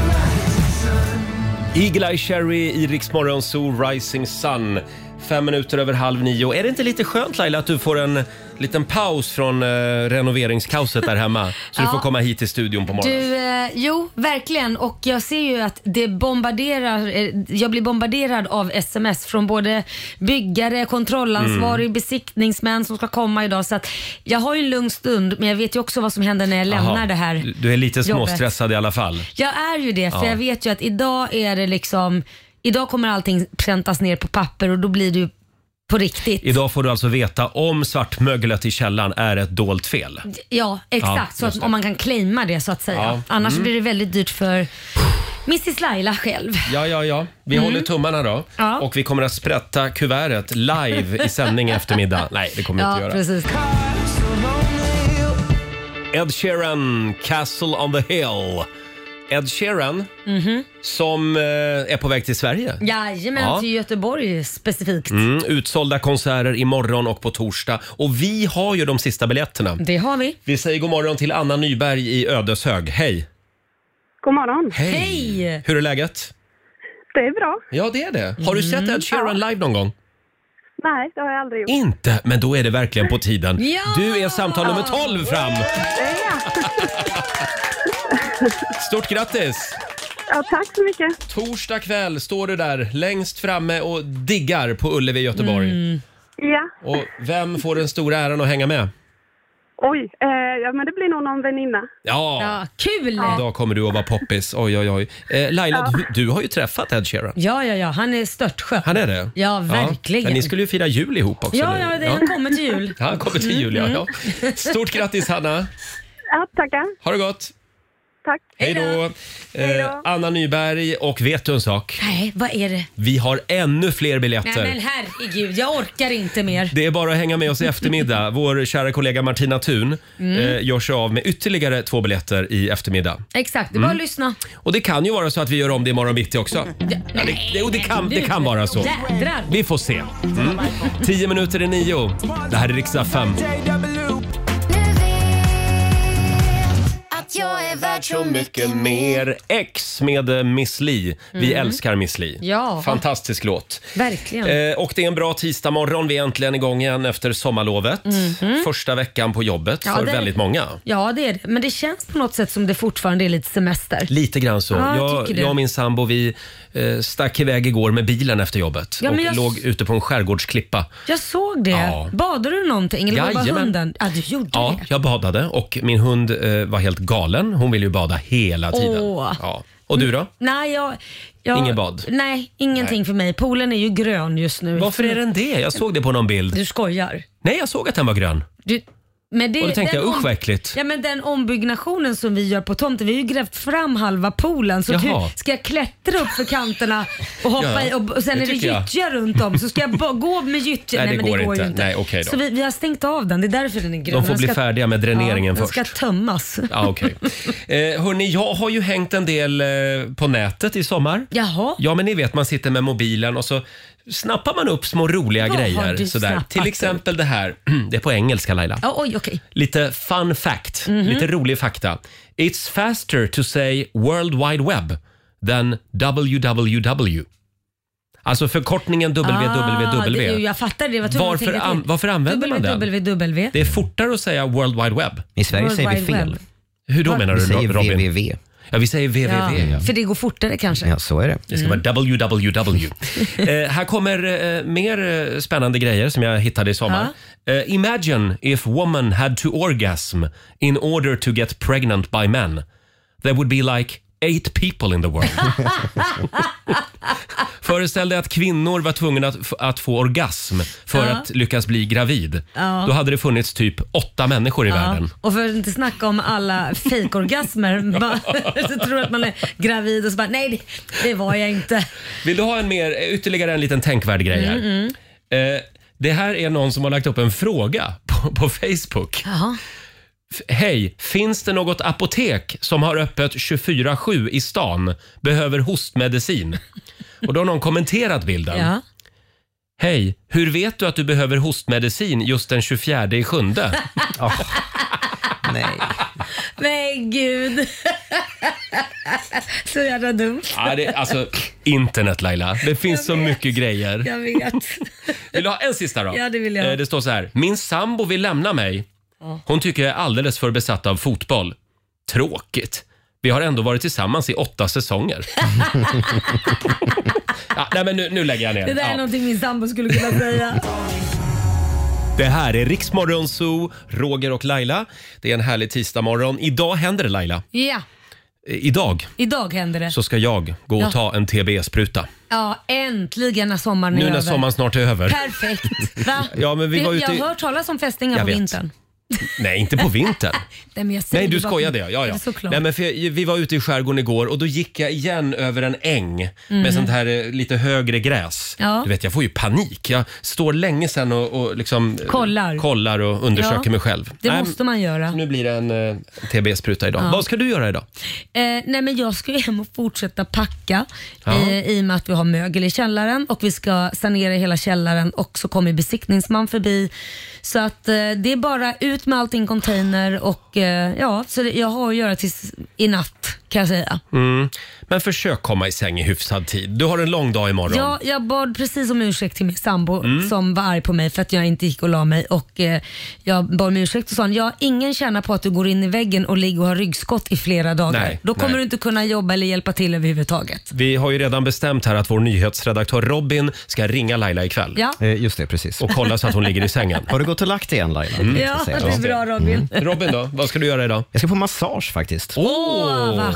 Eagle Eye Cherry i Rix Morgon Zoo, Rising Sun. Fem minuter över halv nio. Är det inte lite skönt, Laila, att du får en liten paus från eh, renoveringskaoset där hemma? Så du Ja. får komma hit till studion på morgonen. Du, eh, jo, verkligen. Och jag ser ju att det bombarderar, eh, jag blir bombarderad av sms från både byggare, kontrollansvarig, Mm. besiktningsmän som ska komma idag. Så att jag har ju en lugn stund, men jag vet ju också vad som händer när jag lämnar Aha. det här Du- Du är lite jobbet. småstressad i alla fall. Jag är ju det, för Ja. jag vet ju att idag är det liksom, idag kommer allting präntas ner på papper och då blir det ju på riktigt. Idag får du alltså veta om svartmöglet i källaren är ett dolt fel. Ja, exakt. Ja, så just att, det. om man kan claima det så att säga. Ja. Annars Mm. blir det väldigt dyrt för missis Laila själv. Ja, ja, ja. Vi Mm. håller tummarna då. Ja. Och vi kommer att sprätta kuvertet live i sändning i eftermiddag. Nej, det kommer vi Ja, inte göra. precis. Ed Sheeran, Castle on the Hill. Ed Sheeran, Mhm. som eh, är på väg till Sverige. Jajamän, Ja. till Göteborg specifikt. Mm, utsålda konserter imorgon och på torsdag. Och vi har ju de sista biljetterna. Det har vi. Vi säger god morgon till Anna Nyberg i Ödeshög. Hej! God morgon. Hej! Hur är läget? Det är bra. Ja, det är det. Har du sett Ed Sheeran live någon gång? Nej, det har jag aldrig gjort. Inte, men då är det verkligen på tiden. Ja! Du är samtal nummer tolv fram. Stort grattis! Ja, tack så mycket. Torsdag kväll står du där längst framme och diggar på Ullevi i Göteborg. Mm. Ja. Och vem får den stora äran att hänga med? Oj, eh, ja, men det blir nog någon väninna. Ja, Ja, kul! idag kommer du att vara poppis. Oj, oj, oj. Eh, Laila, du, du har ju träffat Ed Sheeran. Ja, ja, ja. Han är störtskön. Han är det? Ja, verkligen. Men ni skulle ju fira jul ihop också. Ja, nu. ja, det han kommer till jul. Ja, han kommer till jul, ja, ja. Stort grattis, Hanna. Ja, tackar. Ha det gott. tack. Hej då. Eh, Anna Nyberg, och vet du en sak? Nej, vad är det? Vi har ännu fler biljetter. Nej men herregud, jag orkar inte mer. Det är bara att hänga med oss i eftermiddag. Vår kära kollega Martina Thun Mm. eh, gör sig av med ytterligare två biljetter i eftermiddag. Exakt, det är bara Mm. att lyssna. Och det kan ju vara så att vi gör om det imorgon bitti också. Ja, det, det, det, kan, det kan vara så. Jädrar. Vi får se. Mm. Tio minuter i nio. Det här är Riksdag fem. Jag är värd så Mycket mer. X med eh, Miss Li. Vi Mm. älskar Miss Li. Ja. Fantastisk låt. Verkligen. Eh, och det är en bra tisdag morgon. Vi är äntligen igång igen efter sommarlovet. Mhm. Första veckan på jobbet Ja, för det- väldigt många. Ja, det är det. Men det känns på något sätt som det fortfarande är lite semester. Lite grann så. Ja, jag jag, tycker det. jag och min sambo vi eh, stack iväg igår med bilen efter jobbet. Ja, men och jag- låg ute på en skärgårdsklippa. Jag såg det. Ja. Badade du någonting eller var det bara Jajamän. hunden? Ja, du gjorde Ja, det. jag badade och min hund eh, var helt galen. Hon ville ju bada hela tiden. Åh. Ja. Och du då? Nej, jag, jag... Ingen bad? Nej, ingenting Nej. för mig. Poolen är ju grön just nu. Varför är den det? Jag såg det på någon bild. Du skojar. Nej, jag såg att den var grön. Du, men det, Och då tänkte den jag, usch om- vad äckligt. Ja men den ombyggnationen som vi gör på tomten, vi har ju grävt fram halva poolen. Så Jaha. hur, ska jag klättra upp för kanterna och hoppa Ja, i och, och sen det är det tycker jag. gyttja runt om. Så ska jag bara gå med gyttja? Nej, det men går det går inte. ju inte. Nej, okej då. Så vi, vi har stängt av den, det är därför den är grön. De får Den bli ska- färdiga med dräneringen ja, först. Den ska tömmas. Ja, okej. Eh, hörni, jag har ju hängt en del eh, på nätet i sommar. Jaha. Ja, men ni vet, man sitter med mobilen och så snappar man upp små roliga Vad har grejer. du Sådär. snappat Till exempel det här. Det är på engelska, Laila. Ja, oj, okej. Lite fun fact. Mhm. Lite rolig fakta. It's faster to say World Wide Web than W W W. Alltså förkortningen W W W. Ah, det, jag fattar det. Jag var tvungen att Varför, tänka an, till. varför använder man den? W W W. Det är fortare att säga World Wide Web. I Sverige World säger vi Wide fel. Web. Hur då Vad- menar Vi du, säger Robin? W W W. Ja, vi säger W W W. Ja, Ja. för det går fortare kanske. Ja, så är det. Det ska vara W W W. eh, här kommer eh, mer eh, spännande grejer som jag hittade i sommar. Eh, imagine if woman had to orgasm in order to get pregnant by men. There would be like eight people in the world. Föreställ dig att kvinnor var tvungna att, att få orgasm för Ja. att lyckas bli gravid. Ja. Då hade det funnits typ åtta människor i världen. Och för att inte snacka om alla fejkorgasmer. Bara- så tror att man är gravid och så bara, nej det, det var jag inte. Vill du ha en mer, ytterligare en liten tänkvärd grej här? Mm, mm. Eh, det här är någon som har lagt upp en fråga på, på Facebook. Jaha. F- Hej, finns det något apotek som har öppet tjugofyra sju i stan? Behöver hostmedicin. Och då har någon kommenterat bilden. Ja. Hej, hur vet du att du behöver hostmedicin just den tjugofjärde i sjunde? Nej. Men gud. Så jävla dumt. Ja, det, alltså, internet Laila. Det finns så mycket grejer. Jag vet. Vill du ha en sista då? Ja, det vill jag. Eh, Det står så här. Min sambo vill lämna mig. Ja. Hon tycker jag är alldeles för besatt av fotboll. Tråkigt. Vi har ändå varit tillsammans i åtta säsonger. ja, nej, men nu, nu lägger jag ner. Det där är Ja. någonting min sambo skulle kunna säga. Det här är Riksmorgon Zoo, Roger och Laila. Det är en härlig tisdagmorgon. Idag händer det, Laila. Ja, Eh, Idag idag händer det. så ska jag gå och Ja. ta en T B S-spruta. Ja, äntligen när sommaren är Nu över. när sommaren snart är över. Perfekt. Va? Ja, men vi var Det- ute Jag i- har hört talas om fästingar Jag på vet. vintern. Nej, inte på vintern. Nej, men jag säger Nej, du det bara- skojade ja. ja, Det ja. är såklart. Nej, men för jag, vi var ute i skärgården igår och då gick jag igen över en äng Mm. med sånt här eh, lite högre gräs. Ja. Du vet, jag får ju panik. Jag står länge sedan och, och liksom eh, Kollar. kollar och undersöker Ja, mig själv. Det Nej, måste man göra. Nu blir det en eh, T B S-spruta idag. Ja. Vad ska du göra idag? Eh, nej men jag ska ju hem och fortsätta packa Ja. eh, i och med att vi har mögel i källaren och vi ska sanera hela källaren och så kommer besiktningsman förbi. Så att eh, det är bara ut med allting i container och eh, ja, så det, jag har att göra tills i natt kan jag säga. Mm. Men försök komma i säng i hyfsad tid. Du har en lång dag imorgon. Ja, jag bad precis om ursäkt till min sambo Mm. som var arg på mig för att jag inte gick och la mig och eh, jag bad om ursäkt och sa ja, ingen tjänar på att du går in i väggen och ligger och har ryggskott i flera dagar. Nej, Då kommer nej. du inte kunna jobba eller hjälpa till överhuvudtaget. Vi har ju redan bestämt här att vår nyhetsredaktör Robin ska ringa Laila ikväll. Ja. Eh, Just det, precis. Och kolla så att hon ligger i sängen. Har du gått och lagt dig igen Laila? Mm. Ja, det är bra Robin. Robin då, vad ska du göra idag? Jag ska på massage faktiskt. Åh, vad Jag har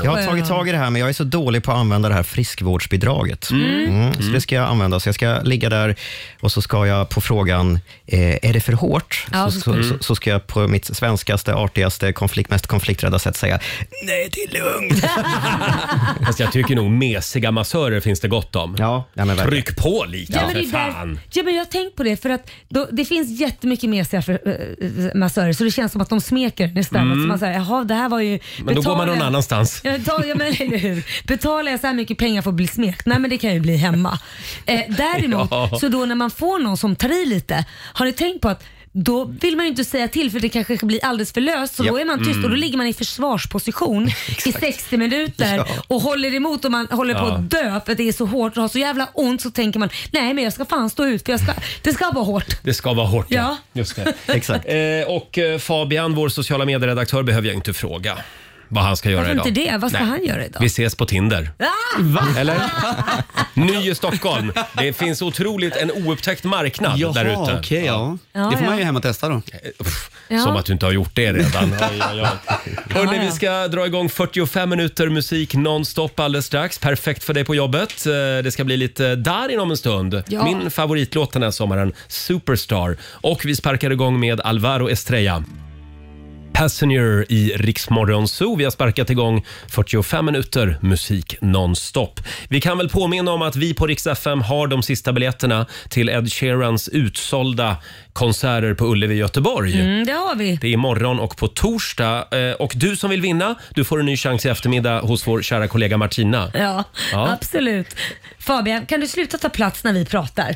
Jag har tagit tag i det här, men jag är så dålig på att använda det här friskvårdsbidraget. Mm. Mm, så det ska jag använda. Så jag ska ligga där och så ska jag på frågan, eh, är det för hårt? Ja, så, så, så, så ska jag på mitt svenskaste, artigaste, konflikt, mest konflikträdda sätt säga, nej, det är lugnt. Fast jag tycker nog mesiga massörer finns det gott om. Ja, ja, men verkligen. Tryck på lite, Ja, men för det är där, fan. ja, men jag har tänkt på det för att då, det finns jättemycket mesiga för, äh, massörer så det känns som att de smeker den istället. Mm. Så man säger, jaha, det här var ju... Men då går man någon annanstans. Ja, ta, ja, men, eller hur? Betalar jag så här mycket pengar för att bli smekt? Nej, men det kan ju bli hemma. Eh, däremot, Ja. så då när man får någon som tar i lite, har ni tänkt på att då vill man ju inte säga till för det kanske blir alldeles för löst så Ja. då är man tyst Mm. och då ligger man i försvarsposition i sextio minuter Ja. och håller emot och man håller på Ja. att dö för att det är så hårt och har så jävla ont så tänker man nej men jag ska fan stå ut för jag ska, det ska vara hårt. Det ska vara hårt, Ja. Just det. Exakt. Eh, och eh, Fabian, vår sociala medieredaktör, behöver jag inte fråga vad han ska göra Varför idag. inte det? Vad ska han göra idag? Vi ses på Tinder. Ah! Eller? Ny i Stockholm. Det finns otroligt en oupptäckt marknad Jaha, där ute. okej, ja. Ja, Det får man ja. ju hem och testa då. Ja. Som att du inte har gjort det redan. Oj, oj, oj. Hörrni, Ja, ja. vi ska dra igång fyrtiofem minuter musik nonstop alldeles strax. Perfekt för dig på jobbet. Eh, Det ska bli lite Darin om en stund. Ja. Min favoritlåt den här sommaren, Superstar. Och vi sparkar igång med Alvaro Estrella. Passenger i Rix Morgon Zoo. Vi har sparkat igång fyrtiofem minuter musik nonstop. Vi kan väl påminna om att vi på Rix F M har de sista biljetterna till Ed Sheerans utsålda konserter på Ullevi i Göteborg. Mm, det har vi. Det är imorgon och på torsdag. Eh, Och du som vill vinna, du får en ny chans i eftermiddag hos vår kära kollega Martina. Ja, Ja. absolut. Fabian, kan du sluta ta plats när vi pratar?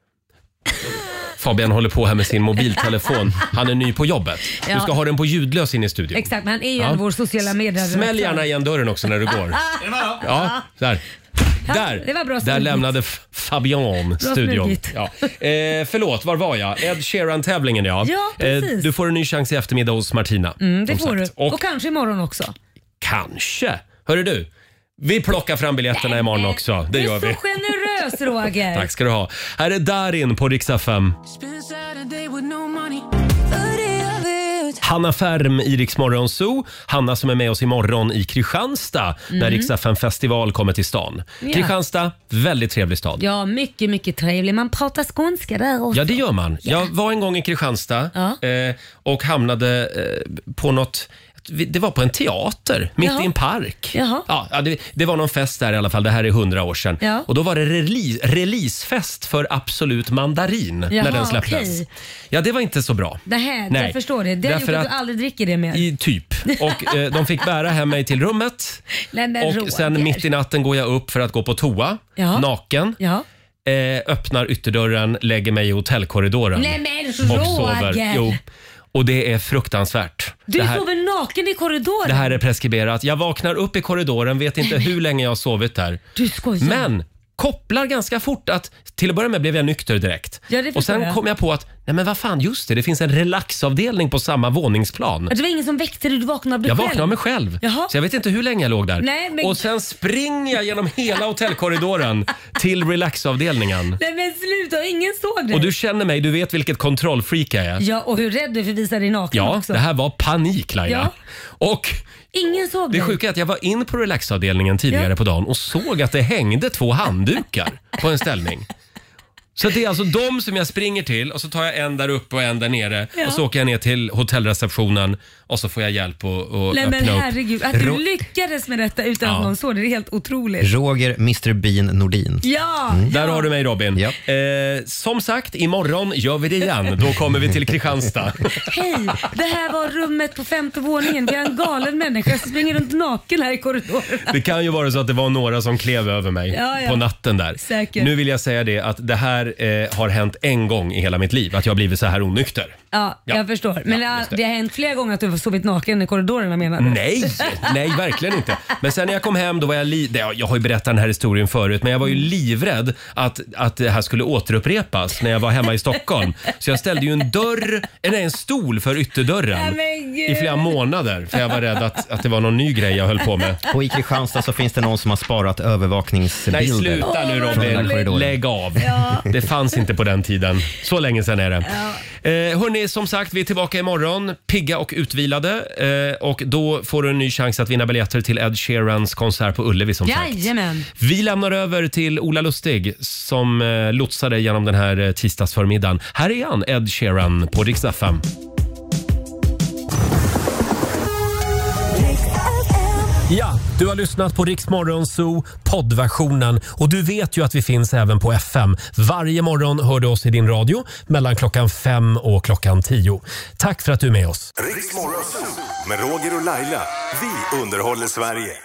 Fabian håller på här med sin mobiltelefon. Han är ny på jobbet. Du Ja. ska ha den på ljudlös in i studion. Exakt, men han är ju Ja. ändå vår sociala medier. Smäll gärna igen dörren också när du går. Ja, där. Där, Det var bra där smugit. lämnade F- Fabian studion. smugit. Ja. Eh, förlåt, var var jag? Ed Sheeran-tävlingen, ja. Ja, precis. Eh, du får en ny chans i eftermiddag hos Martina. Mm, det som får sagt. du. Och, Och kanske imorgon också. kanske. Hörru du, vi plockar fram biljetterna imorgon också. Det Du gör är så vi. generös, Roger. Tack ska du ha. Här är Darin på Rix F M. Hanna Färm i Rix Morgon Zoo. Hanna som är med oss imorgon i Kristianstad när Mm. Rix F M festival kommer till stan. Ja. Kristianstad, väldigt trevlig stad. Ja, mycket, mycket trevlig. Man pratar skånska där också. Ja, det gör man. Jag var en gång i Kristianstad Ja. eh, och hamnade eh, på något... Det var på en teater mitt Jaha. i en park. Jaha. Ja, ja, det, det var någon fest där i alla fall. Det här är hundra år sedan. Ja. Och då var det release, releasefest för Absolut Mandarin Jaha, när den släpptes. okej. Ja, det var inte så bra. Det här, Nej. jag förstår det. Det har gjort Därför att att- du aldrig dricker det mer. I typ. Och eh, de fick bära hem mig till rummet. Nej, men Och Roger. sen mitt i natten går jag upp för att gå på toa. Ja. Naken. Ja. Eh, öppnar ytterdörren, lägger mig i hotellkorridoren. Nej men och sover. Roger! Jo. Och det är fruktansvärt. Du det, här, sover naken i korridoren? det här är preskriberat. Jag vaknar upp i korridoren, vet inte hur länge jag har sovit där. Du skojar. Men kopplar ganska fort att till att börja med blev jag nykter direkt. Ja, det och förstår sen jag. kom jag på att nej men vad fan, just det, det finns en relaxavdelning på samma våningsplan. Det var ingen som väckte dig, du vaknade av dig Jag själv? vaknade av mig själv. Jaha. Så jag vet inte hur länge jag låg där. Nej, men- Och sen springer jag genom hela hotellkorridoren till relaxavdelningen. Nej men sluta, ingen såg dig. Och du känner mig, du vet vilket kontrollfreak jag är. Ja, och hur rädd du är för att visa dig naken Ja, också. det här var panik Laila. Och Ingen såg det dig. sjuka är att jag var in på relaxavdelningen tidigare Ja. på dagen och såg att det hängde två handdukar på en ställning. Så det är alltså de som jag springer till och så tar jag en där uppe och en där nere Ja. och så åker jag ner till hotellreceptionen och så får jag hjälp att att Nej men öppna upp. herregud, att du Ro- lyckades med detta utan Ja. att någon såg det, det är helt otroligt. Roger mister Bean Nordin. Ja! Där ja. har du mig Robin. Ja. Eh, som sagt, imorgon gör vi det igen. Då kommer vi till Kristianstad. Hej, det här var rummet på femte våningen. Vi har en galen människa som springer runt naken här i korridoren. Det kan ju vara så att det var några som klev över mig Ja, ja. på natten där. Säkert. Nu vill jag säga det att det här eh, har hänt en gång i hela mitt liv. Att jag har blivit så här onykter. Ja, Ja. jag förstår. Men Ja, det, just det. det har hänt flera gånger att du har sovit naken i korridorerna menar du? Nej, nej verkligen inte. Men sen när jag kom hem då var jag li- det- Jag har ju berättat den här historien förut men jag var ju livrädd att, att det här skulle återupprepas när jag var hemma i Stockholm. Så jag ställde ju en dörr, nej en stol för ytterdörren Nej, men gud. i flera månader för jag var rädd att, att det var någon ny grej jag höll på med. Och i Kristianstad så finns det någon som har sparat övervakningsbilder. Nej sluta nu Från den här Robin, korridoren. lägg av. Ja. Det fanns inte på den tiden. Så länge sedan är det. Eh, hörni, som sagt, vi är tillbaka imorgon. Pigga och utvilade. Eh, och då får du en ny chans att vinna biljetter till Ed Sheerans konsert på Ullevi som sagt. Jajamän. Vi lämnar över till Ola Lustig som eh, lotsade genom den här eh, tisdagsförmiddagen. Här är han, Ed Sheeran på Rix F M. Ja, du har lyssnat på Rix Morgon Zoo poddversionen och du vet ju att vi finns även på F M. Varje morgon hör du oss i din radio mellan klockan fem och klockan tio. Tack för att du är med oss. Rix Morgon Zoo med Roger och Laila. Vi underhåller Sverige.